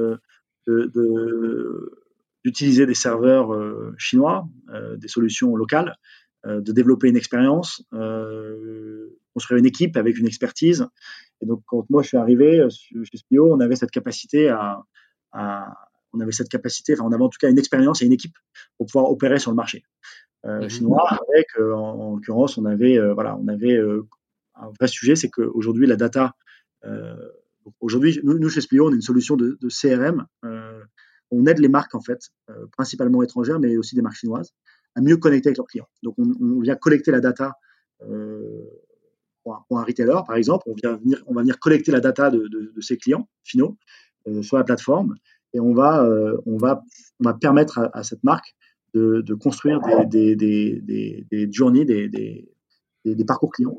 S2: d'utiliser des serveurs chinois, des solutions locales, de développer une expérience, construire une équipe avec une expertise. Et donc, quand moi je suis arrivé chez Splio, on avait cette capacité on avait cette capacité, enfin, on avait en tout cas une expérience et une équipe pour pouvoir opérer sur le marché
S1: Mhm.
S2: chinois. Avec, en l'occurrence, on avait un vrai sujet, c'est qu'aujourd'hui la data Donc aujourd'hui, nous, chez Splio, on est une solution de CRM. On aide les marques, en fait, principalement étrangères, mais aussi des marques chinoises, à mieux connecter avec leurs clients. Donc, on vient collecter la data pour un retailer, par exemple. On va venir collecter la data de ses clients finaux sur la plateforme et on va permettre à cette marque de construire des journées, des parcours clients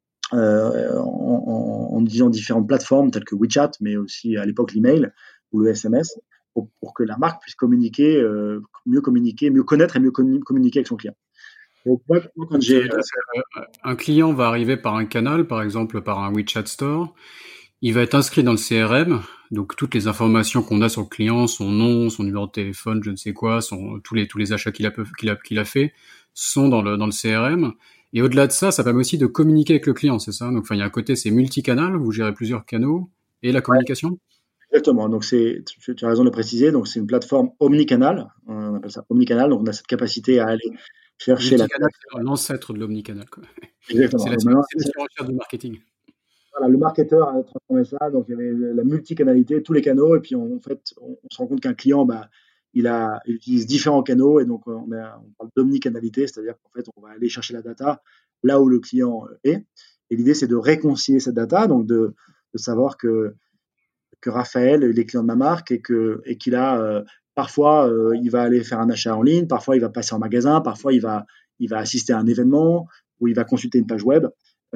S2: en utilisant différentes plateformes telles que WeChat, mais aussi à l'époque l'email ou le SMS, pour que la marque puisse mieux communiquer, mieux connaître et mieux communiquer avec son client. Donc moi, quand
S1: Donc ça
S2: j'ai
S1: veut dire qu'un client va arriver par un canal, par exemple par un WeChat Store, il va être inscrit dans le CRM, donc toutes les informations qu'on a sur le client, son nom, son numéro de téléphone, je ne sais quoi, tous les achats qu'il a fait sont dans le CRM. Et au-delà de ça, ça permet aussi de communiquer avec le client, c'est ça? Donc, enfin, il y a un côté, c'est multicanal, vous gérez plusieurs canaux et la communication?
S2: Exactement. Donc tu as raison de le préciser. Donc c'est une plateforme omnicanal. On appelle ça omnicanal. Donc on a cette capacité à aller chercher la.
S1: Multicanal, c'est l'ancêtre de l'omnicanal, quoi. C'est
S2: Exactement.
S1: la,
S2: Donc
S1: c'est
S2: maintenant,
S1: la surenchère du marketing.
S2: voilà, le marketeur a transformé ça. Donc il y avait la multicanalité, tous les canaux. Et puis en fait, on se rend compte qu'un client, bah, il utilise différents canaux. Et donc on parle d'omnicanalité, c'est-à-dire qu'en fait, on va aller chercher la data là où le client est. Et l'idée, c'est de réconcilier cette data, donc de savoir que Raphaël, il est client de ma marque et qu'il a parfois il va aller faire un achat en ligne, parfois il va passer en magasin, parfois il va assister à un événement ou il va consulter une page web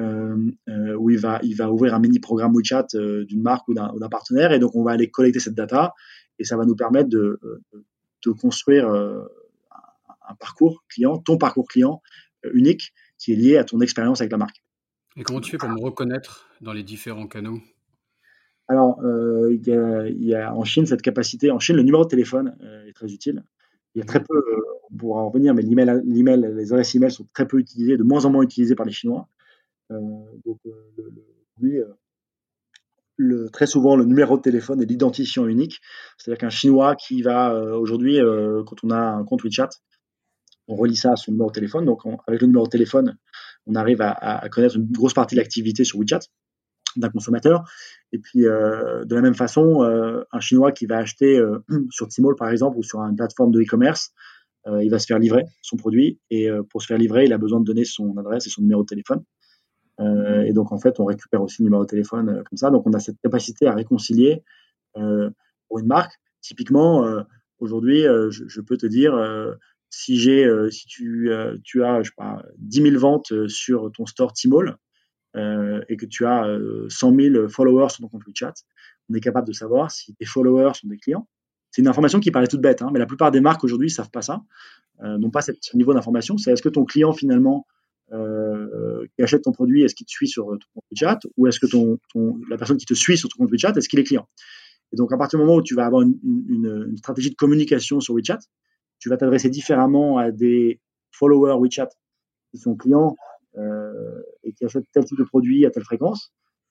S2: où il va ouvrir un mini programme WeChat d'une marque ou d'un partenaire et donc on va aller collecter cette data et ça va nous permettre de construire un parcours client, ton parcours client unique qui est lié à ton expérience avec la marque.
S1: Et comment tu fais pour me reconnaître dans les différents canaux?
S2: Alors, il y a en Chine cette capacité. En Chine, le numéro de téléphone est très utile. Il y a très peu, on pourra en revenir, mais les adresses email sont très peu utilisées, de moins en moins utilisées par les Chinois. Euh, donc, lui, très souvent, le numéro de téléphone est l'identifiant unique. C'est-à-dire qu'un Chinois qui va aujourd'hui, quand on a un compte WeChat, on relie ça à son numéro de téléphone. Donc, avec le numéro de téléphone, on arrive à connaître une grosse partie de l'activité sur WeChat d'un consommateur. Et puis, de la même façon, un Chinois qui va acheter sur Tmall, par exemple, ou sur une plateforme de e-commerce, il va se faire livrer son produit. Et pour se faire livrer, il a besoin de donner son adresse et son numéro de téléphone. Et donc, en fait, on récupère aussi le numéro de téléphone comme ça. Donc, on a cette capacité à réconcilier pour une marque. Typiquement, aujourd'hui, je peux te dire, si tu as, je sais pas, 10 000 ventes sur ton store Tmall, et que tu as 100 000 followers sur ton compte WeChat, on est capable de savoir si tes followers sont des clients. C'est une information qui paraît toute bête, hein, mais la plupart des marques aujourd'hui ne savent pas ça, n'ont pas ce niveau d'information. C'est est-ce que ton client finalement qui achète ton produit, est-ce qu'il te suit sur ton compte WeChat ou est-ce que la personne qui te suit sur ton compte WeChat, est-ce qu'il est client? Et donc à partir du moment où tu vas avoir une stratégie de communication sur WeChat, tu vas t'adresser différemment à des followers WeChat qui sont clients et qui achètent tel type de produit à telle fréquence,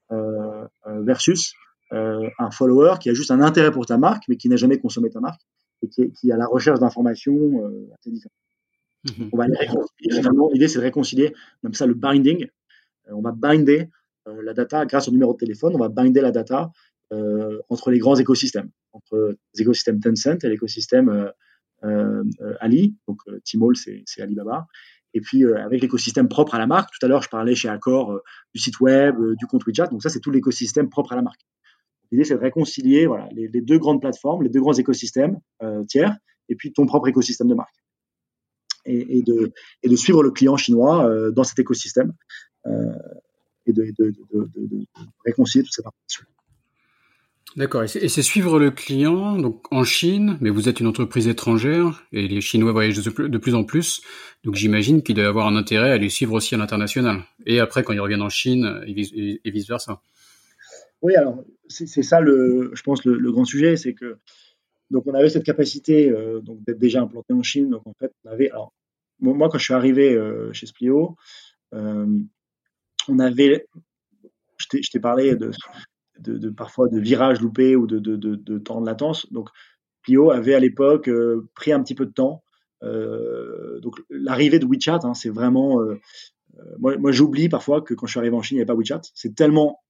S2: versus un follower qui a juste un intérêt pour ta marque, mais qui n'a jamais consommé ta marque et qui est à la recherche d'informations assez différentes. Donc, on va les réconcilier. Finalement, l'idée, c'est de réconcilier, on appelle ça le binding. On va binder la data grâce au numéro de téléphone, on va binder la data entre les grands écosystèmes, entre les écosystèmes Tencent et l'écosystème Ali, donc Tmall, c'est Alibaba, et puis avec l'écosystème propre à la marque. Tout à l'heure, je parlais chez Accor du site web, du compte WeChat, donc ça, c'est tout l'écosystème propre à la marque. L'idée, c'est de réconcilier voilà, les deux grandes plateformes, les deux grands écosystèmes tiers, et puis ton propre écosystème de marque. Et de suivre le client chinois dans cet écosystème et de réconcilier toutes ces parties.
S1: D'accord. Et c'est suivre le client, donc en Chine, mais vous êtes une entreprise étrangère et les Chinois voyagent de plus en plus. Donc j'imagine qu'il doit y avoir un intérêt à les suivre aussi à l'international. Et après, quand ils reviennent en Chine, et vice-versa.
S2: Oui, alors c'est ça, je pense, le grand sujet, c'est que donc on avait cette capacité donc d'être déjà implanté en Chine. Donc en fait, on avait. Alors, moi, quand je suis arrivé chez Splio, euh, on avait. Je t'ai parlé parfois de virages loupés ou de temps de latence. Donc Splio avait à l'époque pris un petit peu de temps. Donc l'arrivée de WeChat, c'est vraiment. Moi, j'oublie parfois que quand je suis arrivé en Chine, il n'y avait pas WeChat. C'est tellement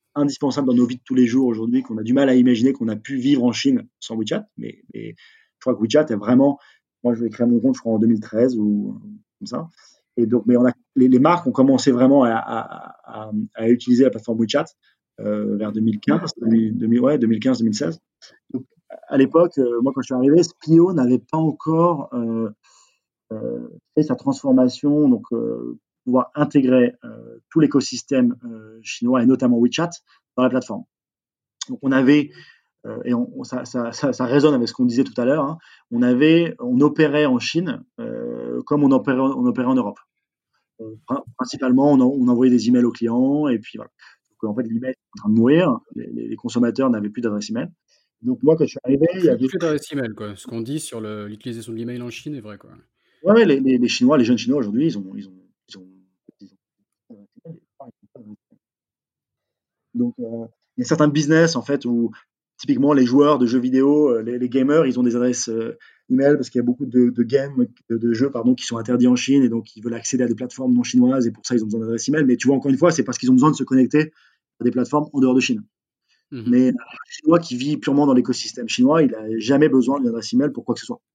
S2: indispensable dans nos vies de tous les jours aujourd'hui, qu'on a du mal à imaginer qu'on a pu vivre en Chine sans WeChat. Mais je crois que WeChat est vraiment. Moi, je vais créer mon compte, je crois, en 2013 ou comme ça. Et donc, mais les marques ont commencé vraiment à utiliser la plateforme WeChat vers 2015, 2015-2016. Donc, à l'époque, moi, quand je suis arrivé, Splio n'avait pas encore fait sa transformation, donc pouvoir intégrer tout l'écosystème chinois et notamment WeChat dans la plateforme. Donc on avait et ça résonne avec ce qu'on disait tout à l'heure. Hein, on opérait en Chine comme on opérait en Europe. Principalement, on envoyait des emails aux clients et puis voilà. Donc en fait, l'email est en train de mourir. Les consommateurs n'avaient plus d'adresse email. Donc moi, quand je suis arrivé, il y avait
S1: Plus d'adresse email, quoi. Ce qu'on dit sur l'utilisation de l'email en Chine est vrai, quoi.
S2: ouais, les Chinois, les jeunes Chinois aujourd'hui, ils ont donc, il y a certains business en fait où typiquement les joueurs de jeux vidéo, les gamers, ils ont des adresses email parce qu'il y a beaucoup de games, de jeux pardon, qui sont interdits en Chine et donc ils veulent accéder à des plateformes non chinoises et pour ça ils ont besoin d'adresses email. Mais tu vois, encore une fois, c'est parce qu'ils ont besoin de se connecter à des plateformes en dehors de Chine. Mais un Chinois qui vit purement dans l'écosystème chinois, il n'a jamais besoin d'une adresse email pour quoi que ce soit.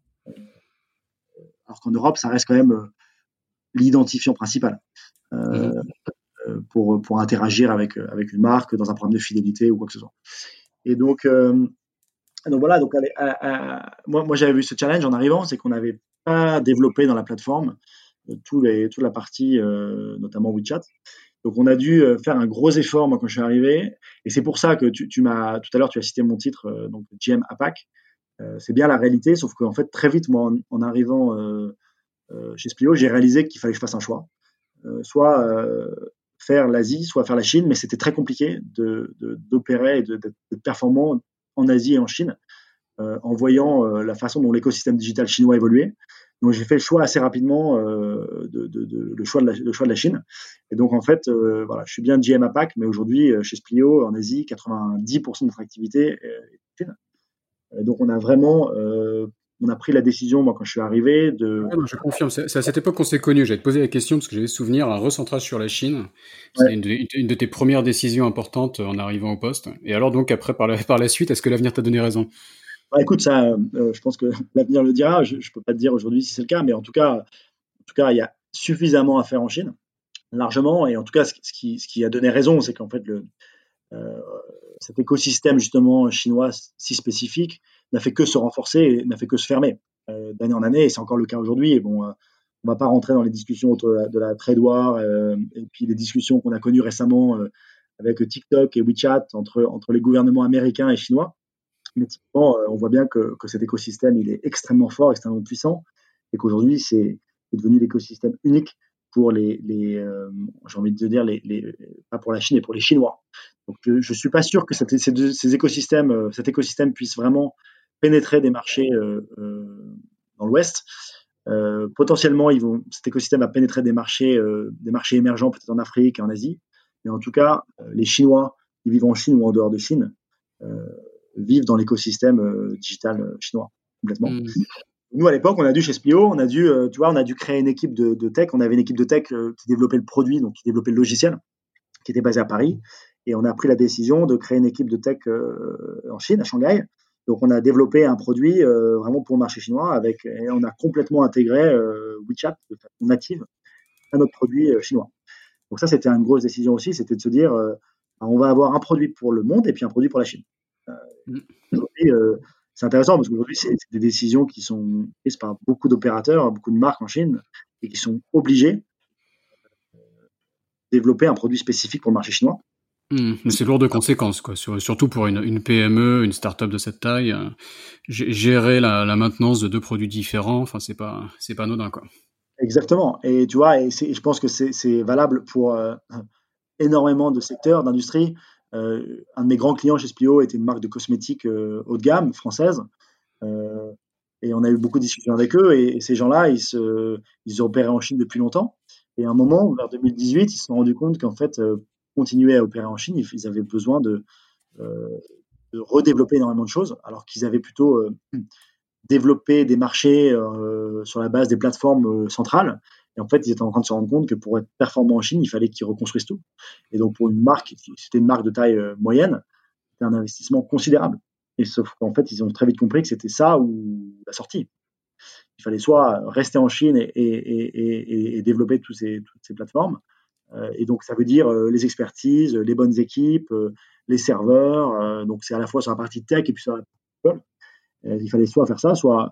S2: Alors qu'en Europe, ça reste quand même l'identifiant principal. Euh, pour interagir avec une marque dans un programme de fidélité ou quoi que ce soit. Et donc voilà, donc moi j'avais vu ce challenge en arrivant, c'est qu'on n'avait pas développé dans la plateforme toute la partie, notamment WeChat. Donc on a dû faire un gros effort moi quand je suis arrivé, et c'est pour ça que tu m'as tout à l'heure tu as cité mon titre donc GM APAC. C'est bien la réalité, sauf qu'en fait très vite moi en arrivant chez Splio, j'ai réalisé qu'il fallait que je fasse un choix, soit faire l'Asie, soit faire la Chine, mais c'était très compliqué d'opérer et d'être performant en Asie et en Chine en voyant la façon dont l'écosystème digital chinois évoluait. Donc j'ai fait le choix assez rapidement le choix de la Chine. Et donc en fait, voilà, je suis bien GM APAC, mais aujourd'hui chez Splio en Asie, 90% de notre activité est Chine. Et donc on a pris la décision, moi quand je suis arrivé,
S1: Ouais, non, je confirme. C'est à cette époque qu'on s'est connus. J'allais te poser la question parce que j'avais souvenir un recentrage sur la Chine.
S2: ouais,
S1: C'était une de tes premières décisions importantes en arrivant au poste. Et alors donc après, par la suite, est-ce que l'avenir t'a donné raison?
S2: bah, écoute, ça, je pense que l'avenir le dira. Je ne peux pas te dire aujourd'hui si c'est le cas, mais en tout cas, il y a suffisamment à faire en Chine, largement. Et en tout cas, ce qui a donné raison, c'est qu'en fait, euh, cet écosystème justement chinois si spécifique n'a fait que se renforcer et n'a fait que se fermer d'année en année. Et c'est encore le cas aujourd'hui. Et bon, on ne va pas rentrer dans les discussions autour de la trade war et puis les discussions qu'on a connues récemment avec TikTok et WeChat entre les gouvernements américains et chinois. Mais typiquement, on voit bien que cet écosystème, il est extrêmement fort, extrêmement puissant, et qu'aujourd'hui, c'est devenu l'écosystème unique pour j'ai envie de te dire, pas pour la Chine, mais pour les Chinois. Donc, je ne suis pas sûr que cet écosystème puisse vraiment pénétrer des marchés dans l'Ouest. Potentiellement, cet écosystème va pénétrer des marchés émergents, peut-être en Afrique et en Asie. Mais en tout cas, les Chinois qui vivent en Chine ou en dehors de Chine, euh, vivent dans l'écosystème digital chinois complètement.
S1: Hmm.
S2: Nous, à l'époque, on a dû chez Splio, on a dû créer une équipe de tech. On avait une équipe de tech qui développait le produit, donc qui développait le logiciel, qui était basée à Paris. Et on a pris la décision de créer une équipe de tech en Chine, à Shanghai. Donc, on a développé un produit vraiment pour le marché chinois et on a complètement intégré WeChat de façon native à notre produit chinois. Donc, ça, c'était une grosse décision aussi, c'était de se dire, on va avoir un produit pour le monde et puis un produit pour la Chine. Euh, Aujourd'hui, c'est intéressant parce qu'aujourd'hui, c'est des décisions qui sont prises par beaucoup d'opérateurs, beaucoup de marques en Chine et qui sont obligés de développer un produit spécifique pour le marché chinois.
S1: Mais c'est lourd de conséquences, quoi. Surtout pour une PME, une start-up de cette taille, gérer la maintenance de deux produits différents, enfin c'est pas anodin, quoi.
S2: Exactement. Et tu vois, je pense que c'est valable pour énormément de secteurs, d'industries. Un de mes grands clients chez Splio était une marque de cosmétiques haut de gamme française. Euh, et on a eu beaucoup de discussions avec eux. Et ces gens-là, ils opéraient en Chine depuis longtemps. Et à un moment, vers 2018, ils se sont rendus compte qu'en fait, continuer à opérer en Chine, ils avaient besoin euh, de redévelopper énormément de choses, alors qu'ils avaient plutôt développé des marchés sur la base des plateformes centrales. Et en fait, ils étaient en train de se rendre compte que pour être performant en Chine, il fallait qu'ils reconstruisent tout. Et donc, pour une marque, c'était une marque de taille moyenne, c'était un investissement considérable. Et sauf qu'en fait, ils ont très vite compris que c'était ça ou la sortie. Il fallait soit rester en Chine et développer toutes ces plateformes. Et donc, ça veut dire les expertises, les bonnes équipes, les serveurs. Donc, c'est à la fois sur la partie tech et puis sur la partie il fallait soit faire ça,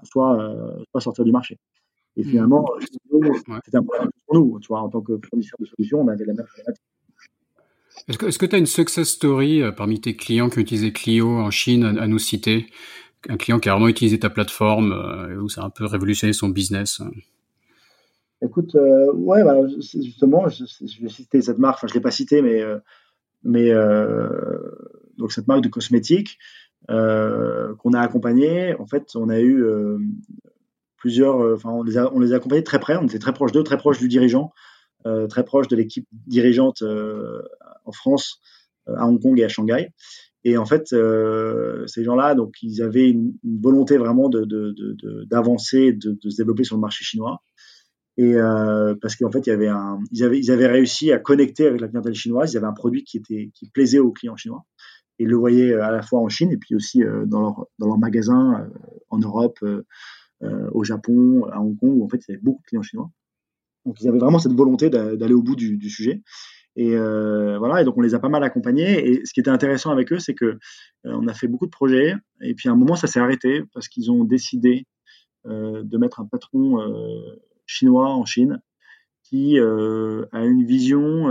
S2: soit sortir du marché. Et finalement,
S1: Ouais.
S2: c'était un problème pour nous. Tu vois, en tant que fournisseur de solutions, on avait la même problématique.
S1: Est-ce que tu as une success story parmi tes clients qui ont utilisé Clio en Chine à nous citer? Un client qui a vraiment utilisé ta plateforme, où ça a un peu révolutionné son business.
S2: Écoute, ouais, bah, justement, je vais citer cette marque, enfin, je ne l'ai pas citée, mais donc cette marque de cosmétiques qu'on a accompagnée, en fait, on a eu plusieurs, enfin, on les a accompagnés de très près, on était très proche d'eux, très proche du dirigeant, très proche de l'équipe dirigeante en France, à Hong Kong et à Shanghai. Et en fait, ces gens-là, donc, ils avaient une volonté vraiment d'avancer, de se développer sur le marché chinois. Et parce qu'en fait, ils avaient réussi à connecter avec la clientèle chinoise. Ils avaient un produit qui plaisait aux clients chinois. Et ils le voyaient à la fois en Chine et puis aussi dans leur magasin en Europe, au Japon, à Hong Kong, où en fait, il y avait beaucoup de clients chinois. Donc, ils avaient vraiment cette volonté d'aller au bout du sujet. Et voilà, et donc on les a pas mal accompagnés. Et ce qui était intéressant avec eux, c'est que on a fait beaucoup de projets. Et puis à un moment, ça s'est arrêté parce qu'ils ont décidé de mettre un patron chinois en Chine qui a une vision.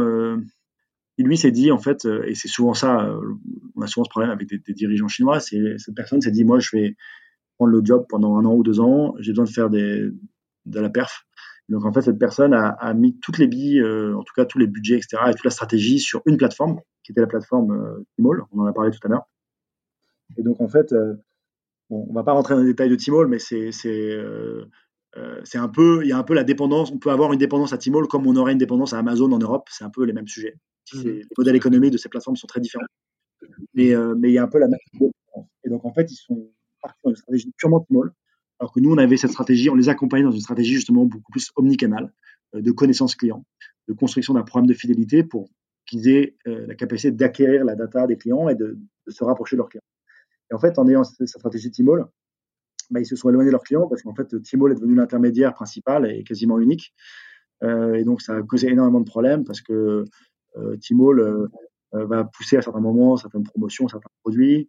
S2: Qui lui s'est dit en fait, et c'est souvent ça, on a souvent ce problème avec des dirigeants chinois. C'est cette personne s'est dit, moi, je vais prendre le job pendant 1 an ou 2 ans. J'ai besoin de faire de la perf. Donc en fait, cette personne a mis toutes les billes, en tout cas tous les budgets, etc., et toute la stratégie sur une plateforme, qui était la plateforme Tmall. On en a parlé tout à l'heure. Et donc en fait, bon, on va pas rentrer dans les détails de Tmall, mais c'est un peu, il y a un peu la dépendance. On peut avoir une dépendance à Tmall comme on aurait une dépendance à Amazon en Europe. C'est un peu les mêmes sujets. Les modèles économiques de ces plateformes sont très différents, mais il y a un peu la même chose. Et donc en fait, ils sont partis dans une stratégie purement Tmall, alors que nous, on avait cette stratégie, on les accompagnait dans une stratégie justement beaucoup plus omnicanal, de connaissance client, de construction d'un programme de fidélité pour qu'ils aient la capacité d'acquérir la data des clients et de se rapprocher de leurs clients. Et en fait, en ayant cette stratégie Tmall, bah, ils se sont éloignés de leurs clients parce qu'en fait, Tmall est devenu l'intermédiaire principal et quasiment unique. Et donc, ça a causé énormément de problèmes parce que Tmall va pousser à certains moments certaines promotions, certains produits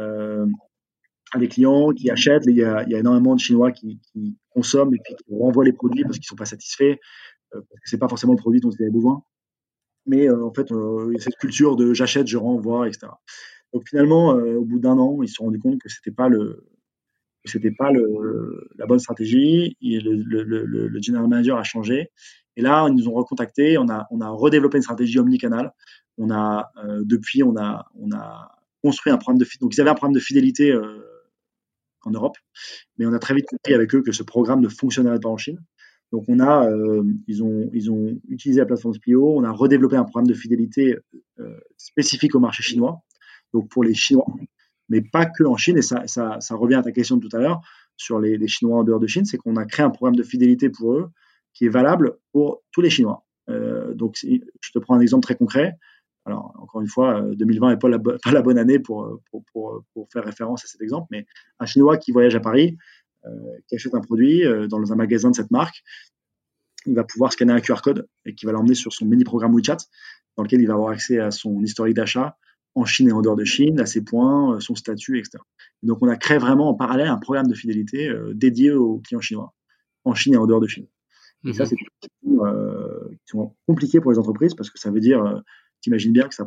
S2: à des clients qui achètent. Il y a énormément de Chinois qui consomment et puis qui renvoient les produits parce qu'ils ne sont pas satisfaits, parce que ce n'est pas forcément le produit dont ils avaient besoin. Mais en fait, il y a cette culture de j'achète, je renvoie, etc. Donc finalement, au bout d'1 an, ils se sont rendus compte que c'était pas la bonne stratégie. Le general manager a changé. Et là, ils nous ont recontactés. On a redéveloppé une stratégie omnicanal. Depuis, on a construit un programme de fidélité. Donc, ils avaient un programme de fidélité en Europe, mais on a très vite compris avec eux que ce programme ne fonctionnerait pas en Chine. Donc, ils ont utilisé la plateforme Splio. On a redéveloppé un programme de fidélité spécifique au marché chinois, donc pour les Chinois, mais pas que en Chine. Et ça revient à ta question de tout à l'heure sur les Chinois en dehors de Chine, c'est qu'on a créé un programme de fidélité pour eux qui est valable pour tous les Chinois. Donc, je te prends un exemple très concret. Alors, encore une fois, 2020 n'est pas la bonne année pour faire référence à cet exemple, mais un Chinois qui voyage à Paris, qui achète un produit dans un magasin de cette marque, il va pouvoir scanner un QR code et qui va l'emmener sur son mini-programme WeChat, dans lequel il va avoir accès à son historique d'achat en Chine et en dehors de Chine, à ses points, son statut, etc. Et donc, on a créé vraiment en parallèle un programme de fidélité dédié aux clients chinois, en Chine et en dehors de Chine. Et ça, c'est des questions qui sont compliquées pour les entreprises parce que ça veut dire, t'imagines bien que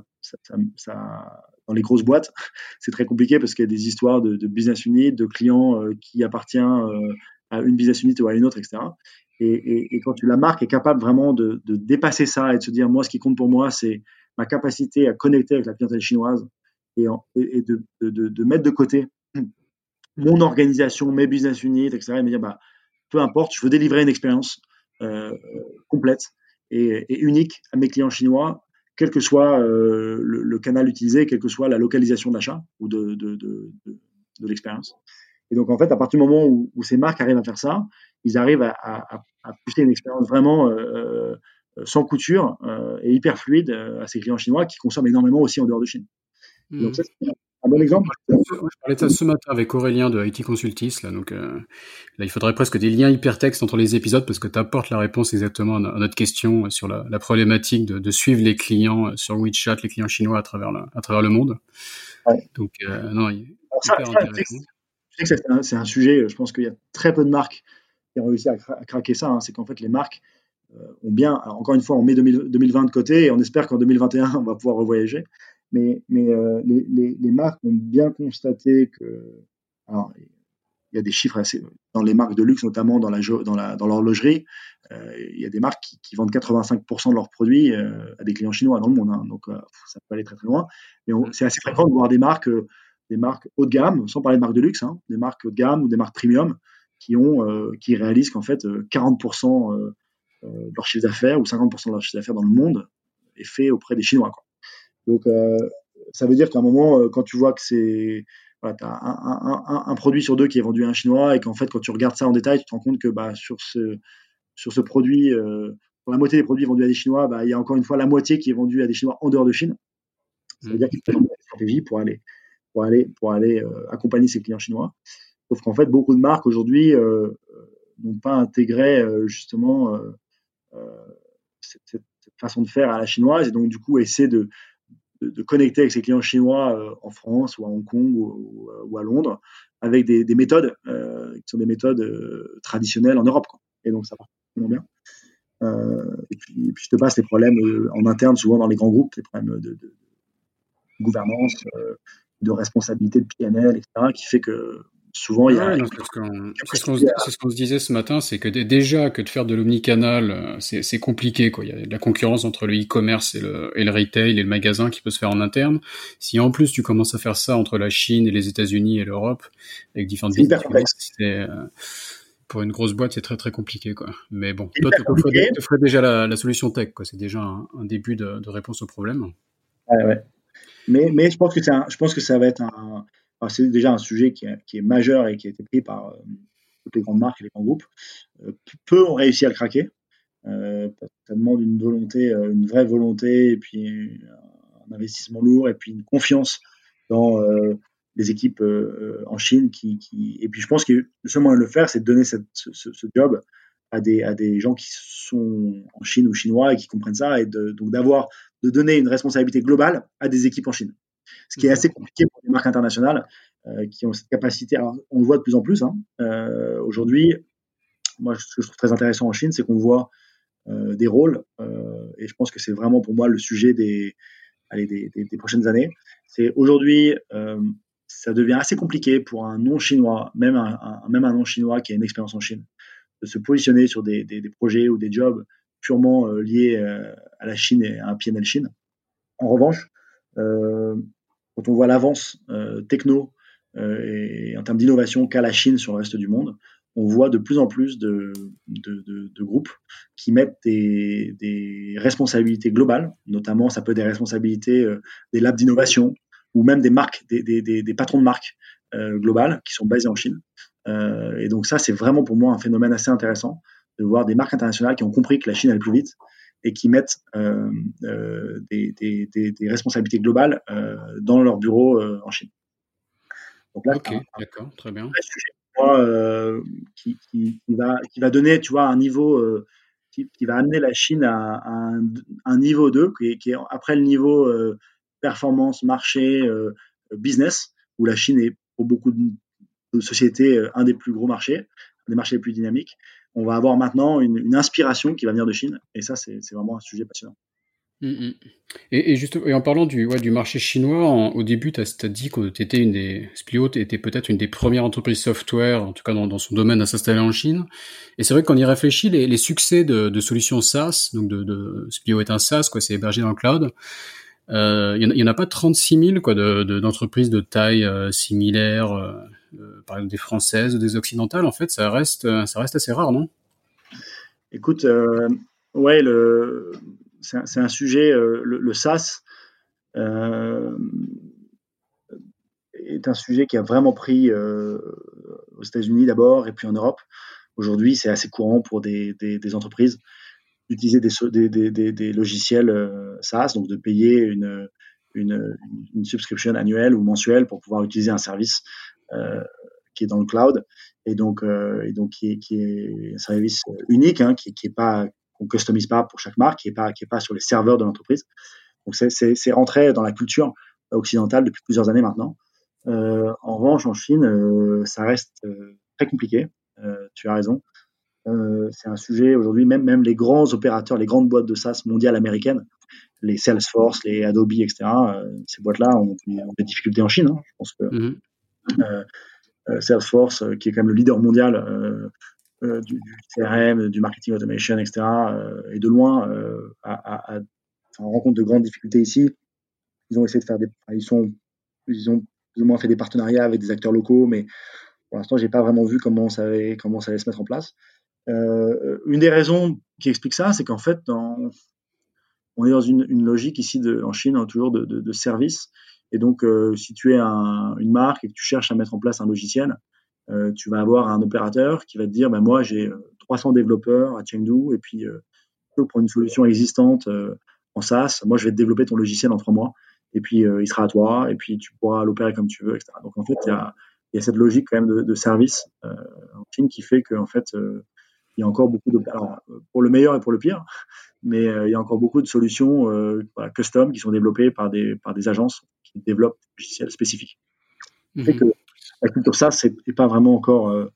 S2: dans les grosses boîtes, c'est très compliqué parce qu'il y a des histoires de business unit, de clients qui appartiennent à une business unit ou à une autre, etc. Et quand la marque est capable vraiment de dépasser ça et de se dire, moi, ce qui compte pour moi, c'est ma capacité à connecter avec la clientèle chinoise et de mettre de côté mon organisation, mes business units, etc. Et me dire, bah, peu importe, je veux délivrer une expérience complète et unique à mes clients chinois, quel que soit le canal utilisé, quelle que soit la localisation d'achat ou de l'expérience. Et donc, en fait, à partir du moment où ces marques arrivent à faire ça, ils arrivent à pousser une expérience vraiment sans couture et hyper fluide à ces clients chinois qui consomment énormément aussi en dehors de Chine. Et donc,
S1: Mhm.
S2: ça, c'est un bon exemple.
S1: Je parlais de ça ce matin avec Aurélien de IT Consultis, là, donc là, il faudrait presque des liens hypertextes entre les épisodes parce que tu apportes la réponse exactement à notre question sur la problématique de suivre les clients sur WeChat, les clients chinois à travers le monde.
S2: Ouais.
S1: Donc, non,
S2: Alors
S1: hyper intéressant.
S2: je sais que c'est un sujet, je pense qu'il y a très peu de marques qui ont réussi à craquer ça. Hein. C'est qu'en fait, les marques ont bien, alors encore une fois, on met 2020 de côté et on espère qu'en 2021, on va pouvoir revoyager. Mais les marques ont bien constaté que. Alors, il y a des chiffres assez, dans les marques de luxe, notamment dans l'horlogerie. Il y a des marques qui vendent 85% de leurs produits à des clients chinois dans le monde. Hein. Donc, ça peut aller très très loin. Mais c'est assez fréquent de voir des marques haut de gamme, sans parler de marques de luxe, hein, des marques haut de gamme ou des marques premium qui réalisent qu'en fait 40% de leur chiffre d'affaires ou 50% de leur chiffre d'affaires dans le monde est fait auprès des Chinois. Quoi. Donc, ça veut dire qu'à un moment, quand tu vois que c'est voilà, tu as un produit sur deux qui est vendu à un Chinois et qu'en fait, quand tu regardes ça en détail, tu te rends compte que sur ce produit, pour la moitié des produits vendus à des Chinois, il y a encore une fois la moitié qui est vendue à des Chinois en dehors de Chine. Ça veut dire qu'il faut une stratégie pour aller accompagner ces clients chinois. Sauf qu'en fait, beaucoup de marques aujourd'hui n'ont pas intégré justement cette façon de faire à la chinoise et donc du coup essaient de connecter avec ses clients chinois en France ou à Hong Kong ou à Londres avec des méthodes qui sont des méthodes traditionnelles en Europe. Quoi. Et donc ça marche vraiment bien. Et puis je te passe les problèmes en interne, souvent dans les grands groupes, les problèmes de gouvernance, de responsabilité de PNL, etc., qui fait que souvent il y a
S1: Ouais, non, c'est ce qu'on se disait ce matin, c'est que déjà que de faire de l'omnicanal, c'est compliqué, quoi. Il y a de la concurrence entre le e-commerce et le retail et le magasin qui peut se faire en interne. Si en plus tu commences à faire ça entre la Chine et les États-Unis et l'Europe, avec différentes
S2: c'est hyper
S1: business units,
S2: complexe.
S1: pour une grosse boîte, c'est très très compliqué, quoi. Mais bon,
S2: C'est
S1: toi,
S2: hyper compliqué.
S1: te ferais déjà la solution tech, quoi. C'est déjà un début de réponse au problème.
S2: Ouais, ouais. Mais je pense que ça va être enfin, c'est déjà un sujet qui est majeur et qui a été pris par toutes les grandes marques et les grands groupes. Peu ont réussi à le craquer. Parce que ça demande une volonté, une vraie volonté, et puis un investissement lourd, et puis une confiance dans les équipes en Chine. Et puis je pense que le seul moyen de le faire, c'est de donner ce job à des gens qui sont en Chine ou chinois et qui comprennent ça, et donc de donner une responsabilité globale à des équipes en Chine. Ce qui est assez compliqué pour les marques internationales qui ont cette capacité. Alors, on le voit de plus en plus. Hein. Aujourd'hui, moi, ce que je trouve très intéressant en Chine, c'est qu'on voit des rôles, et je pense que c'est vraiment pour moi le sujet des prochaines années. C'est aujourd'hui, ça devient assez compliqué pour un non-chinois, même un non-chinois qui a une expérience en Chine, de se positionner sur des projets ou des jobs purement liés à la Chine et à un PNL Chine. En revanche, euh, quand on voit l'avance techno et en termes d'innovation qu'a la Chine sur le reste du monde, on voit de plus en plus de groupes qui mettent des responsabilités globales, notamment ça peut être des responsabilités des labs d'innovation ou même des marques, des patrons de marques globales qui sont basés en Chine. Et donc ça, c'est vraiment pour moi un phénomène assez intéressant de voir des marques internationales qui ont compris que la Chine allait plus vite et qui mettent des responsabilités globales dans leur bureau en Chine. Donc là, c'est
S1: Ok,
S2: un
S1: d'accord, très bien.
S2: vrai sujet pour moi qui va donner, tu vois, un niveau qui va amener la Chine à un niveau 2 qui est après le niveau performance, marché, business, où la Chine est pour beaucoup de sociétés un des plus gros marchés, un des marchés les plus dynamiques. On va avoir maintenant une inspiration qui va venir de Chine, et ça, c'est vraiment un sujet passionnant.
S1: Mm, mm. Et en parlant du marché chinois, au début, tu as dit que tu étais Splio était peut-être une des premières entreprises software, en tout cas dans son domaine, à s'installer en Chine. Et c'est vrai qu'on y réfléchit, les succès de solutions SaaS, donc Splio est un SaaS, quoi, c'est hébergé dans le cloud. Il y en a pas 36 000 quoi, d'entreprises de taille similaire, par exemple des françaises ou des occidentales. En fait, ça reste assez rare, non?
S2: Écoute, ouais, c'est un sujet, le SaaS, euh, est un sujet qui a vraiment pris aux États-Unis d'abord et puis en Europe. Aujourd'hui, c'est assez courant pour des entreprises d'utiliser des logiciels SaaS, donc de payer une subscription annuelle ou mensuelle pour pouvoir utiliser un service qui est dans le cloud et donc qui est un service unique, hein, qui est pas qu'on customise pas pour chaque marque, qui est pas sur les serveurs de l'entreprise. Donc c'est rentré dans la culture occidentale depuis plusieurs années maintenant. En revanche, en Chine, ça reste très compliqué. Tu as raison. C'est un sujet aujourd'hui, même les grands opérateurs, les grandes boîtes de SaaS mondiales américaines, les Salesforce, les Adobe, etc., ces boîtes-là ont des difficultés en Chine. Hein. Je pense que Salesforce, qui est quand même le leader mondial du CRM, du marketing automation, etc., et de loin, on rencontre de grandes difficultés ici. Ils ont essayé de faire ils ont plus ou moins fait des partenariats avec des acteurs locaux, mais pour l'instant, j'ai pas vraiment vu comment ça allait se mettre en place. Une des raisons qui explique ça, c'est qu'en fait, on est dans une logique ici en Chine, hein, toujours de service. Et donc, si tu es une marque et que tu cherches à mettre en place un logiciel, tu vas avoir un opérateur qui va te dire, moi, j'ai 300 développeurs à Chengdu, et puis pour une solution existante en SaaS, moi, je vais te développer ton logiciel en 3 mois, et puis il sera à toi, et puis tu pourras l'opérer comme tu veux, etc. Donc, en fait, il y a cette logique quand même de service en Chine qui fait qu'en fait, il y a encore beaucoup alors, pour le meilleur et pour le pire, mais il y a encore beaucoup de solutions custom qui sont développées par des agences qui développent des logiciels spécifiques. Ce qui fait que la culture SaaS n'est pas vraiment encore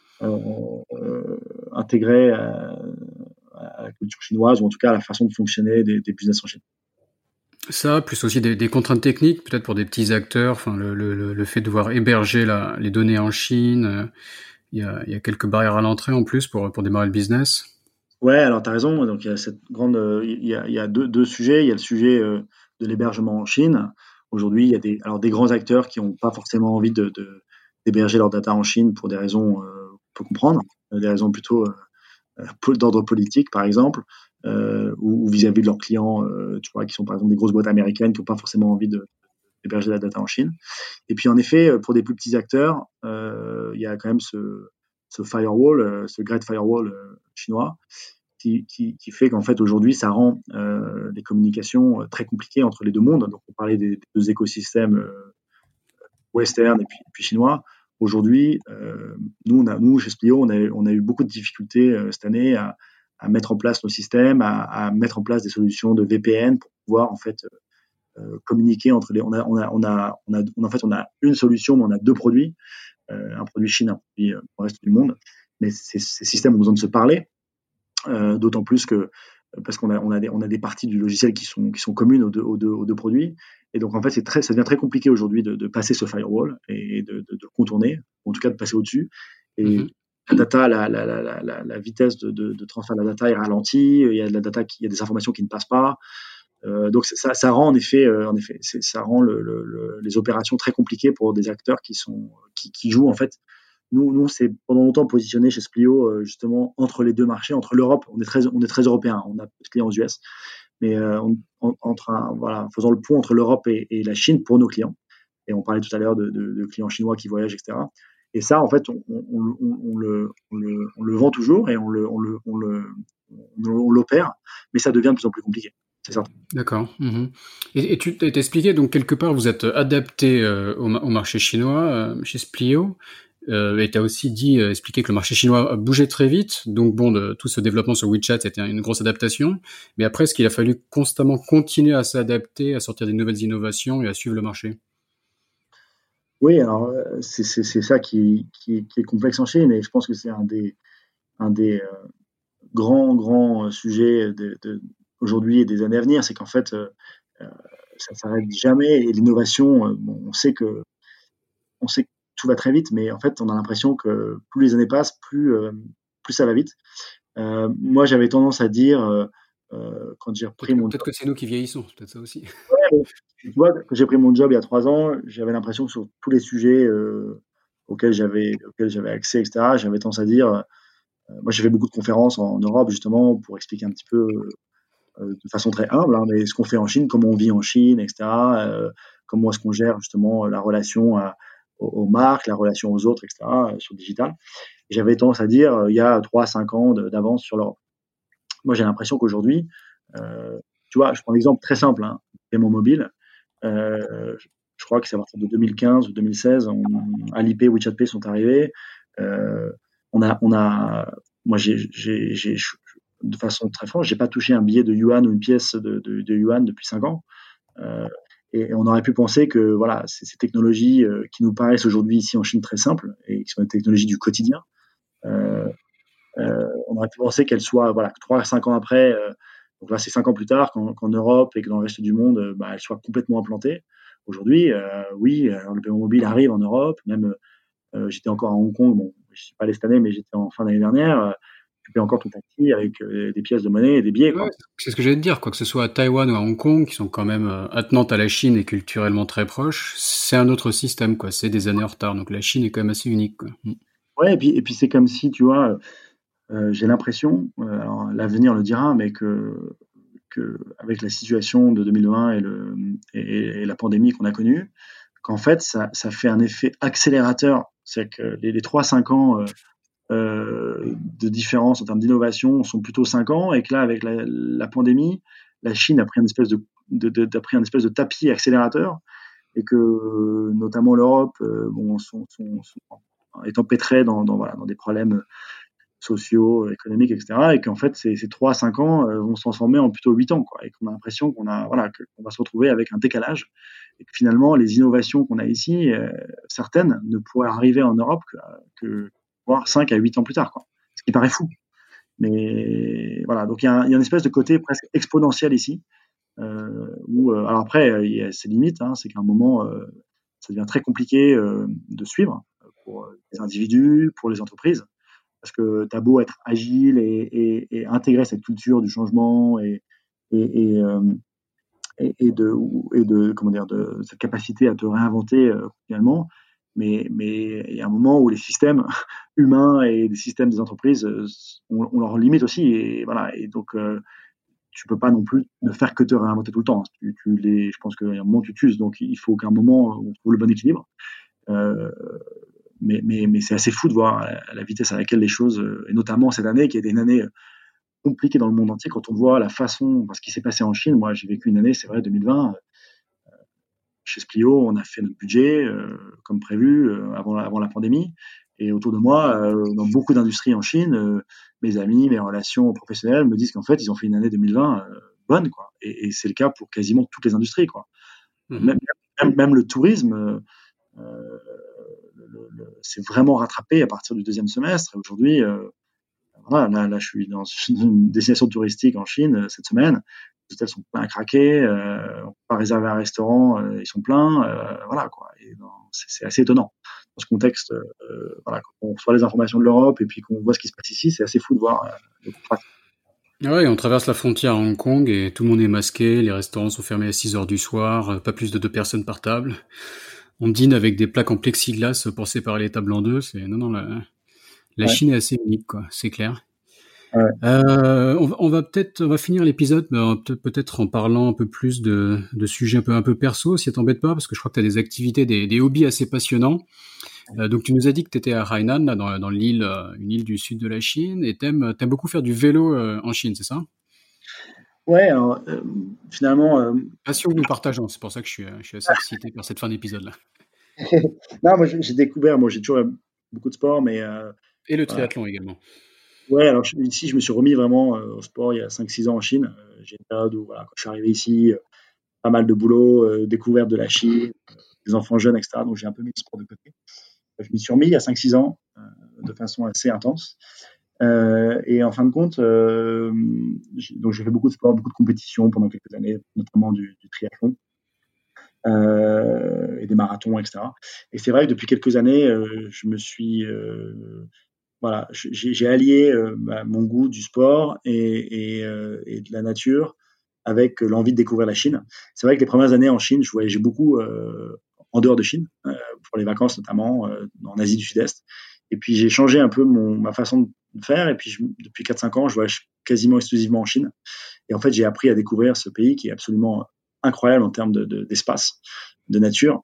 S2: intégrée à la culture chinoise, ou en tout cas à la façon de fonctionner des business en Chine.
S1: Ça, plus aussi des contraintes techniques, peut-être pour des petits acteurs, enfin le fait de devoir héberger les données en Chine, il y a quelques barrières à l'entrée en plus pour démarrer le business.
S2: Ouais, alors tu as raison. Donc il y a cette grande, il y a deux sujets. Il y a le sujet de l'hébergement en Chine. Aujourd'hui, il y a des grands acteurs qui n'ont pas forcément envie d'héberger leur data en Chine pour des raisons qu'on peut comprendre, des raisons plutôt d'ordre politique, par exemple, ou vis-à-vis de leurs clients, tu vois, qui sont par exemple des grosses boîtes américaines qui n'ont pas forcément envie d'héberger la data en Chine. Et puis en effet, pour des plus petits acteurs, il y a quand même ce firewall, ce Great Firewall chinois, qui fait qu'en fait aujourd'hui ça rend les communications très compliquées entre les deux mondes. Donc on parlait des deux écosystèmes western et puis chinois. Aujourd'hui, nous chez Splio, on a eu beaucoup de difficultés cette année à mettre en place nos systèmes, à mettre en place des solutions de VPN pour pouvoir en fait communiquer entre les. En fait on a une solution, mais on a deux produits, un produit Chine, un produit pour le reste du monde. Mais ces systèmes ont besoin de se parler. D'autant plus que parce qu'on a des parties du logiciel qui sont communes aux deux produits. Et donc, en fait, ça devient très compliqué aujourd'hui de passer ce firewall et de le contourner, ou en tout cas de passer au-dessus. Et la data, la vitesse de transfert de la data est ralentie. Il y a de la data, il y a des informations qui ne passent pas. Donc, ça rend en effet, ça rend les opérations très compliquées pour des acteurs qui jouent en fait. Nous, on s'est pendant longtemps positionné chez Splio justement entre les deux marchés, entre l'Europe. On est très européen. On a peu de clients aux US, mais faisant le pont entre l'Europe et la Chine pour nos clients. Et on parlait tout à l'heure de clients chinois qui voyagent, etc. Et ça, en fait, on le vend toujours et on l'opère, mais ça devient de plus en plus compliqué. C'est certain.
S1: D'accord. Et tu t'es expliqué, donc quelque part vous êtes adapté au marché chinois chez Splio. Et tu as aussi expliqué que le marché chinois a bougé très vite, donc bon, tout ce développement sur WeChat c'était une grosse adaptation, mais après est-ce qu'il a fallu constamment continuer à s'adapter, à sortir des nouvelles innovations et à suivre le marché?
S2: Oui, alors c'est ça qui est complexe en Chine, et je pense que c'est un des grands sujets aujourd'hui et des années à venir, c'est qu'en fait ça s'arrête jamais, et l'innovation, on sait que tout va très vite, mais en fait, on a l'impression que plus les années passent, plus ça va vite. Moi, j'avais tendance à dire, quand j'ai repris mon
S1: Peut-être que c'est nous qui vieillissons, c'est peut-être ça aussi.
S2: job, tu vois, quand j'ai pris mon job il y a 3 ans, j'avais l'impression que sur tous les sujets auxquels j'avais accès, etc., j'avais tendance à dire, moi j'ai fait beaucoup de conférences en Europe justement pour expliquer un petit peu de façon très humble, hein, mais ce qu'on fait en Chine, comment on vit en Chine, etc., comment est-ce qu'on gère justement la relation aux marques, la relation aux autres, etc., sur le digital. Et j'avais tendance à dire, il y a 3-5 ans d'avance sur l'Europe. Moi, j'ai l'impression qu'aujourd'hui, tu vois, je prends l'exemple très simple, hein, paiement mobile. Je crois que c'est à partir de 2015 ou 2016, Alipay, WeChat Pay sont arrivés. Euh, on a, moi, de façon très franche, j'ai pas touché un billet de yuan ou une pièce de yuan depuis 5 ans. Euh, et on aurait pu penser que voilà, ces technologies qui nous paraissent aujourd'hui ici en Chine très simples et qui sont des technologies du quotidien, euh, on aurait pu penser qu'elles soient, voilà, 3 à 5 ans après, donc là c'est 5 ans plus tard, qu'en Europe et que dans le reste du monde, bah, elles soient complètement implantées. Aujourd'hui, oui, le paiement mobile arrive en Europe, même j'étais encore à Hong Kong, bon, je suis pas allé cette année, mais j'étais en fin d'année dernière, tu payes encore ton taxi avec des pièces de monnaie et des billets,
S1: Ouais,
S2: quoi.
S1: c'est ce que j'allais te dire, quoi que ce soit à Taïwan ou à Hong Kong, qui sont quand même attenantes à la Chine et culturellement très proches, c'est un autre système, quoi. C'est des années en retard. Donc la Chine est quand même assez unique, quoi.
S2: Ouais, et puis c'est comme si, tu vois, j'ai l'impression, alors l'avenir le dira, mais que avec la situation de 2020 et la pandémie qu'on a connue, qu'en fait, ça fait un effet accélérateur. C'est que les 3-5 ans de différence en termes d'innovation sont plutôt 5 ans, et que là, avec la pandémie, la Chine a pris un espèce a pris un espèce de tapis accélérateur, et que notamment l'Europe bon, est empêtrée voilà, dans des problèmes sociaux, économiques, etc. Et qu'en fait, ces 3 à 5 ans vont se transformer en plutôt 8 ans, quoi. Et qu'on a l'impression voilà, qu'on va se retrouver avec un décalage. Et que finalement, les innovations qu'on a ici, certaines ne pourraient arriver en Europe que voire 5 à 8 ans plus tard, quoi. Ce qui paraît fou. Mais voilà, donc il y a une espèce de côté presque exponentiel ici, où, alors après, il y a ses limites, hein, c'est qu'à un moment, ça devient très compliqué de suivre pour les individus, pour les entreprises, parce que tu as beau être agile et intégrer cette culture du changement et, et, euh, et de, comment dire, de cette capacité à te réinventer finalement, mais il y a un moment où les systèmes humains et les systèmes des entreprises ont leurs limites aussi, et voilà, et donc tu peux pas non plus ne faire que te réinventer tout le temps. Je pense qu'à un moment tu t'uses, donc il faut qu'à un moment on trouve le bon équilibre. Euh, mais c'est assez fou de voir la vitesse à laquelle les choses, et notamment cette année qui a été une année compliquée dans le monde entier, quand on voit la façon, ce qui s'est passé en Chine. Moi, j'ai vécu une année, c'est vrai, 2020. Chez Splio, on a fait notre budget comme prévu avant la pandémie. Et autour de moi, dans beaucoup d'industries en Chine, mes amis, mes relations professionnelles me disent qu'en fait, ils ont fait une année 2020 bonne, quoi. Et c'est le cas pour quasiment toutes les industries, quoi.
S1: Mhm.
S2: Même le tourisme, euh, s'est vraiment rattrapé à partir du deuxième semestre. Et aujourd'hui, voilà, là, je suis dans une destination touristique en Chine cette semaine. Les hôtels sont pleins à craquer. On peut pas réserver un restaurant, ils sont pleins. Voilà, quoi. Et c'est assez étonnant dans ce contexte. Voilà, quand on reçoit les informations de l'Europe et puis qu'on voit ce qui se passe ici, c'est assez fou de voir le contraste.
S1: Ah ouais, on traverse la frontière à Hong Kong et tout le monde est masqué, les restaurants sont fermés à 6 heures du soir, pas plus de 2 personnes par table. On dîne avec des plaques en plexiglas pour séparer les tables en deux. Non, non, la
S2: Ouais,
S1: Chine est assez unique, quoi. C'est clair.
S2: ouais,
S1: On va finir l'épisode, peut-être en parlant un peu plus de sujets un peu perso, si ça t'embête pas, parce que je crois que tu as des activités, des hobbies assez passionnants. Donc tu nous as dit que tu étais à Hainan, là, dans l'île, une île du sud de la Chine, et t'aimes beaucoup faire du vélo en Chine, c'est ça?
S2: ouais. Alors, finalement,
S1: Passion que nous partageons, c'est pour ça que je suis assez excité par cette fin d'épisode-là.
S2: non, moi j'ai découvert, moi j'ai toujours beaucoup de sport, mais
S1: Et le
S2: voilà.
S1: triathlon également.
S2: Ouais, alors ici, je me suis remis vraiment au sport il y a 5-6 ans en Chine. J'ai une période où, voilà, quand je suis arrivé ici, pas mal de boulot, découverte de la Chine, des enfants jeunes, etc. Donc j'ai un peu mis le sport de côté. Je m'y suis remis il y a 5-6 ans, de façon assez intense. Et en fin de compte, donc j'ai fait beaucoup de sport, beaucoup de compétitions pendant quelques années, notamment du triathlon et des marathons, etc. Et c'est vrai que depuis quelques années, je me suis voilà, j'ai allié mon goût du sport et de la nature avec l'envie de découvrir la Chine. C'est vrai que les premières années en Chine, je voyageais beaucoup en dehors de Chine, pour les vacances notamment, en Asie du Sud-Est. Et puis j'ai changé un peu ma façon de faire. Et puis depuis 4-5 ans, je voyage quasiment exclusivement en Chine. Et en fait, j'ai appris à découvrir ce pays qui est absolument incroyable en termes d'espace, de nature.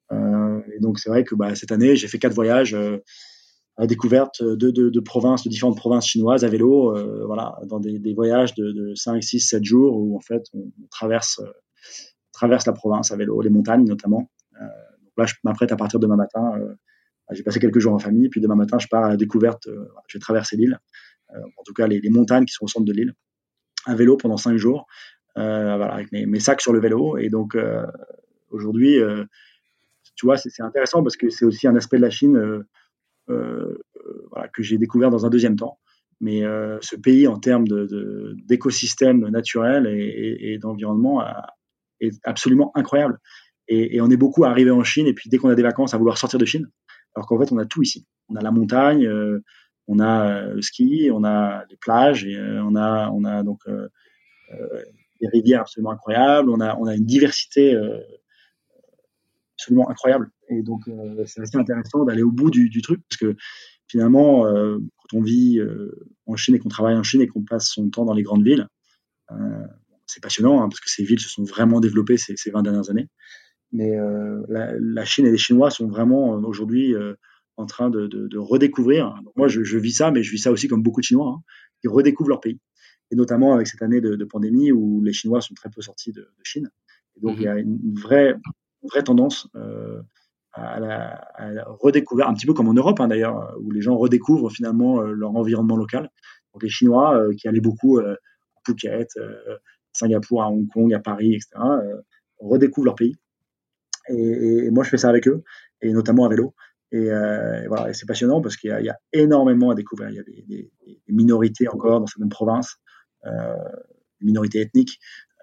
S2: Et donc, c'est vrai que cette année, j'ai fait 4 voyages à la découverte de provinces, de différentes provinces chinoises à vélo, voilà, dans des voyages de 5, 6, 7 jours où en fait on traverse la province à vélo, les montagnes notamment. Donc là, je m'apprête à partir demain matin. J'ai passé quelques jours en famille, puis demain matin, je pars à la découverte. Je vais traverser l'île, en tout cas les montagnes qui sont au centre de l'île, à vélo pendant 5 jours, voilà, avec mes sacs sur le vélo. Et donc aujourd'hui, tu vois, c'est intéressant parce que c'est aussi un aspect de la Chine voilà, que j'ai découvert dans un deuxième temps. Mais ce pays, en termes d'écosystème naturel et d'environnement, est absolument incroyable. Et on est beaucoup à arriver en Chine, et puis dès qu'on a des vacances, à vouloir sortir de Chine. Alors qu'en fait, on a tout ici. On a la montagne, on a le ski, on a les plages, et on a donc des rivières absolument incroyables, on a une diversité absolument incroyable. Et donc, c'est assez intéressant d'aller au bout du truc, parce que finalement, quand on vit en Chine et qu'on travaille en Chine et qu'on passe son temps dans les grandes villes, euh, c'est passionnant, hein, parce que ces villes se sont vraiment développées ces 20 dernières années. Mais la Chine et les Chinois sont vraiment aujourd'hui en train de redécouvrir. Donc moi, je vis ça, mais je vis ça aussi comme beaucoup de Chinois, hein, qui redécouvrent leur pays. Et notamment avec cette année de pandémie où les Chinois sont très peu sortis de Chine. Et donc il y a une vraie tendance à la redécouvrir, un petit peu comme en Europe, hein, d'ailleurs, où les gens redécouvrent finalement leur environnement local. Donc les Chinois qui allaient beaucoup à Phuket, à Singapour, à Hong Kong, à Paris, etc., redécouvrent leur pays. Et moi, je fais ça avec eux, et notamment à vélo. Et voilà, et c'est passionnant parce qu'il y a énormément à découvrir. Il y a des minorités encore dans certaines provinces, des minorités ethniques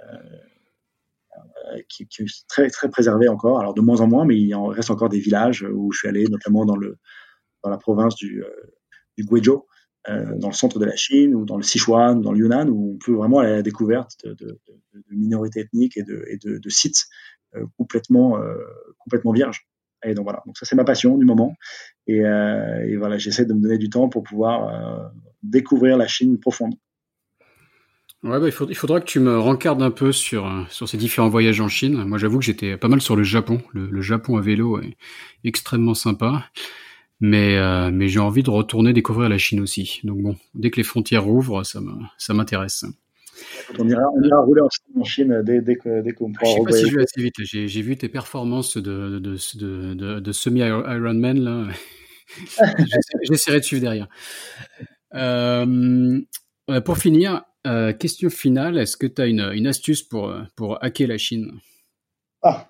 S2: qui sont très, très préservées encore. Alors de moins en moins, mais il en reste encore des villages où je suis allé, notamment dans la province du Guizhou, dans le centre de la Chine, ou dans le Sichuan, ou dans le Yunnan, où on peut vraiment aller à la découverte de minorités ethniques et de sites complètement vierges. Et donc voilà, donc ça c'est ma passion du moment. Et voilà, j'essaie de me donner du temps pour pouvoir découvrir la Chine profonde.
S1: Ouais, il faudra que tu me rencardes un peu sur ces différents voyages en Chine. Moi, j'avoue que j'étais pas mal sur le Japon. Le Japon à vélo est extrêmement sympa. Mais j'ai envie de retourner découvrir la Chine aussi. Donc bon, dès que les frontières rouvrent, ça m'intéresse.
S2: Écoute, on ira rouler en Chine dès qu'on
S1: Je
S2: pourra
S1: sais pas si je vais
S2: revoyager.
S1: assez vite. J'ai vu tes performances de semi-Ironman là. J'essaierai de suivre derrière. Euh, pour finir, question finale, est-ce que tu as une astuce pour hacker la Chine?
S2: Ah,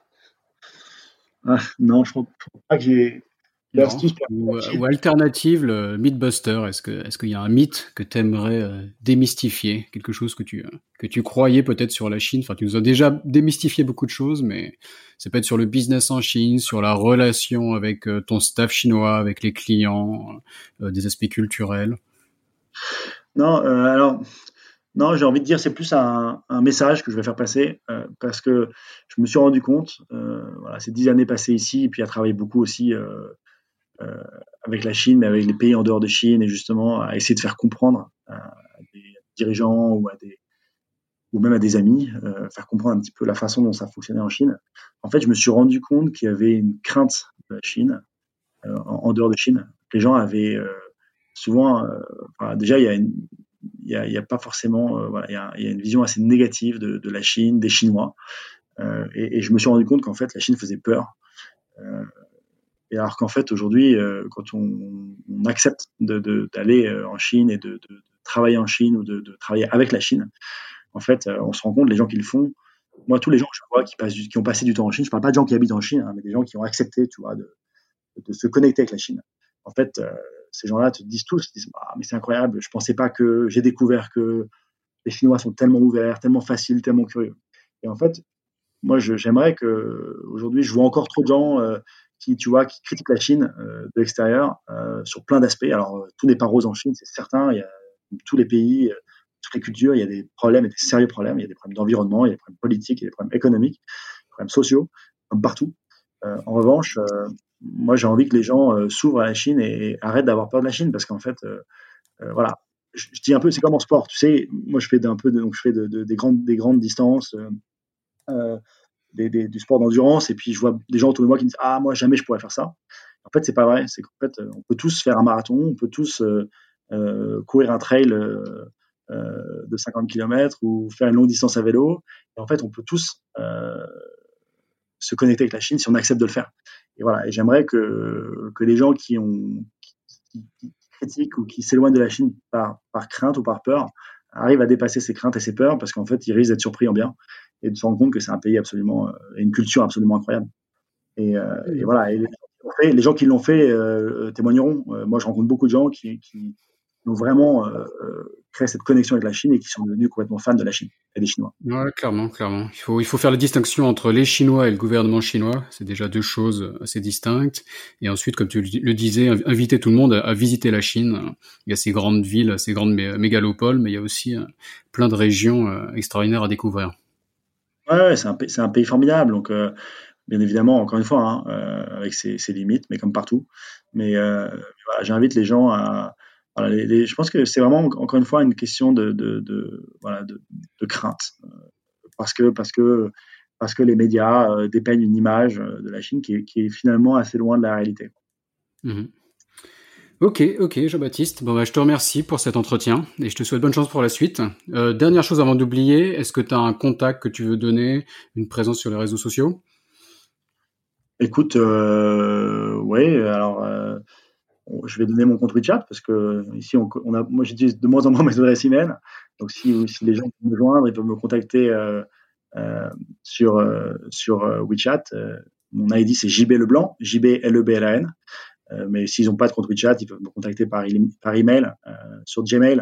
S2: non, je ne crois pas que j'ai
S1: Non.
S2: d'astuce pour la
S1: Ou
S2: Chine.
S1: alternative, le Mythbuster. Est-ce qu'il y a un mythe que tu aimerais démystifier? Quelque chose que tu croyais peut-être sur la Chine? Enfin, tu nous as déjà démystifié beaucoup de choses, mais ça peut être sur le business en Chine, sur la relation avec ton staff chinois, avec les clients, des aspects culturels.
S2: Non, alors, non, j'ai envie de dire, c'est plus un message que je vais faire passer, parce que je me suis rendu compte, voilà, ces 10 années passées ici, et puis à travailler beaucoup aussi avec la Chine, mais avec les pays en dehors de Chine, et justement à essayer de faire comprendre à des dirigeants ou même à des amis, faire comprendre un petit peu la façon dont ça fonctionnait en Chine. En fait, je me suis rendu compte qu'il y avait une crainte de la Chine, en dehors de Chine. Les gens avaient souvent, enfin, déjà, il y a pas forcément, voilà, il y a une vision assez négative de la Chine, des Chinois. Et je me suis rendu compte qu'en fait, la Chine faisait peur. Euh, et alors qu'en fait, aujourd'hui, quand on accepte d'aller en Chine et de travailler en Chine ou de travailler avec la Chine, en fait, on se rend compte, les gens qui le font, moi, tous les gens que je vois qui ont passé du temps en Chine, je parle pas de gens qui habitent en Chine, hein, mais des gens qui ont accepté, tu vois, de se connecter avec la Chine. En fait, ces gens-là te disent tous, ils disent, ah, mais c'est incroyable, je pensais pas que j'ai découvert que les Chinois sont tellement ouverts, tellement faciles, tellement curieux. Et en fait, moi, j'aimerais que aujourd'hui, je vois encore trop de gens tu vois, qui critiquent la Chine de l'extérieur sur plein d'aspects. Alors, tout n'est pas rose en Chine, c'est certain. Il y a tous les pays, toutes les cultures, il y a des problèmes, et des sérieux problèmes. Il y a des problèmes d'environnement, il y a des problèmes politiques, il y a des problèmes économiques, des problèmes sociaux, comme partout. En revanche, moi, j'ai envie que les gens s'ouvrent à la Chine et arrêtent d'avoir peur de la Chine, parce qu'en fait, voilà, je dis un peu, c'est comme en sport. Tu sais, moi, je fais un peu, donc je fais des grandes distances. Euh, du sport d'endurance, et puis je vois des gens autour de moi qui me disent moi jamais je pourrais faire ça. En fait, c'est pas vrai. C'est qu'en fait, on peut tous faire un marathon, on peut tous courir un trail de 50 km ou faire une longue distance à vélo. Et en fait, on peut tous se connecter avec la Chine si on accepte de le faire. Et voilà. Et j'aimerais que les gens qui critiquent ou qui s'éloignent de la Chine par crainte ou par peur arrivent à dépasser ces craintes et ces peurs, parce qu'en fait, ils risquent d'être surpris en bien et de se rendre compte que c'est un pays absolument, et une culture absolument incroyable. Et voilà. Et les gens qui l'ont fait témoigneront. Moi, je rencontre beaucoup de gens qui ont vraiment créé cette connexion avec la Chine et qui sont devenus complètement fans de la Chine et des Chinois.
S1: Ouais, clairement. Il faut faire la distinction entre les Chinois et le gouvernement chinois. C'est déjà deux choses assez distinctes. Et ensuite, comme tu le disais, inviter tout le monde à visiter la Chine. Il y a ces grandes villes, ces grandes mégalopoles, mais il y a aussi plein de régions extraordinaires à découvrir.
S2: Ouais, c'est un pays formidable. Donc, bien évidemment, encore une fois, avec ses limites, mais comme partout. Mais voilà, j'invite les gens à... Voilà, je pense que c'est vraiment, encore une fois, une question de crainte. Parce que les médias dépeignent une image de la Chine qui est finalement assez loin de la réalité.
S1: Mmh. Ok, Jean-Baptiste. Bon, je te remercie pour cet entretien et je te souhaite bonne chance pour la suite. Dernière chose avant d'oublier, est-ce que tu as un contact que tu veux donner, une présence sur les réseaux sociaux?
S2: Écoute, ouais, alors je vais donner mon compte WeChat parce que ici moi j'utilise de moins en moins mes adresses email. Donc si les gens veulent me joindre, ils peuvent me contacter sur WeChat. Mon ID c'est JB Leblanc, JBLEBLAN. Mais s'ils n'ont pas de compte WeChat, ils peuvent me contacter par email sur Gmail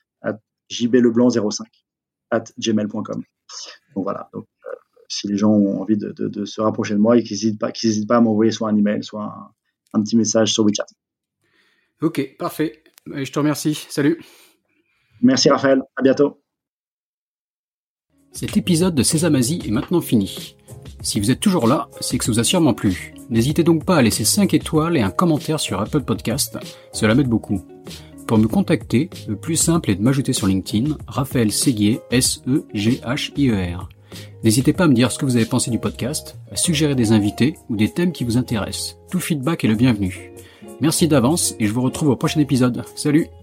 S2: jbLeblanc05@gmail.com. Donc voilà. Donc, si les gens ont envie de se rapprocher de moi et qu'ils n'hésitent pas à m'envoyer soit un email, soit un petit message sur WeChat.
S1: Ok, parfait. Et je te remercie. Salut.
S2: Merci Raphaël. À bientôt.
S1: Cet épisode de Sésame Asie est maintenant fini. Si vous êtes toujours là, c'est que ça vous a sûrement plu. N'hésitez donc pas à laisser 5 étoiles et un commentaire sur Apple Podcast, cela m'aide beaucoup. Pour me contacter, le plus simple est de m'ajouter sur LinkedIn, Raphaël Séguier, Seghier. N'hésitez pas à me dire ce que vous avez pensé du podcast, à suggérer des invités ou des thèmes qui vous intéressent. Tout feedback est le bienvenu. Merci d'avance et je vous retrouve au prochain épisode. Salut!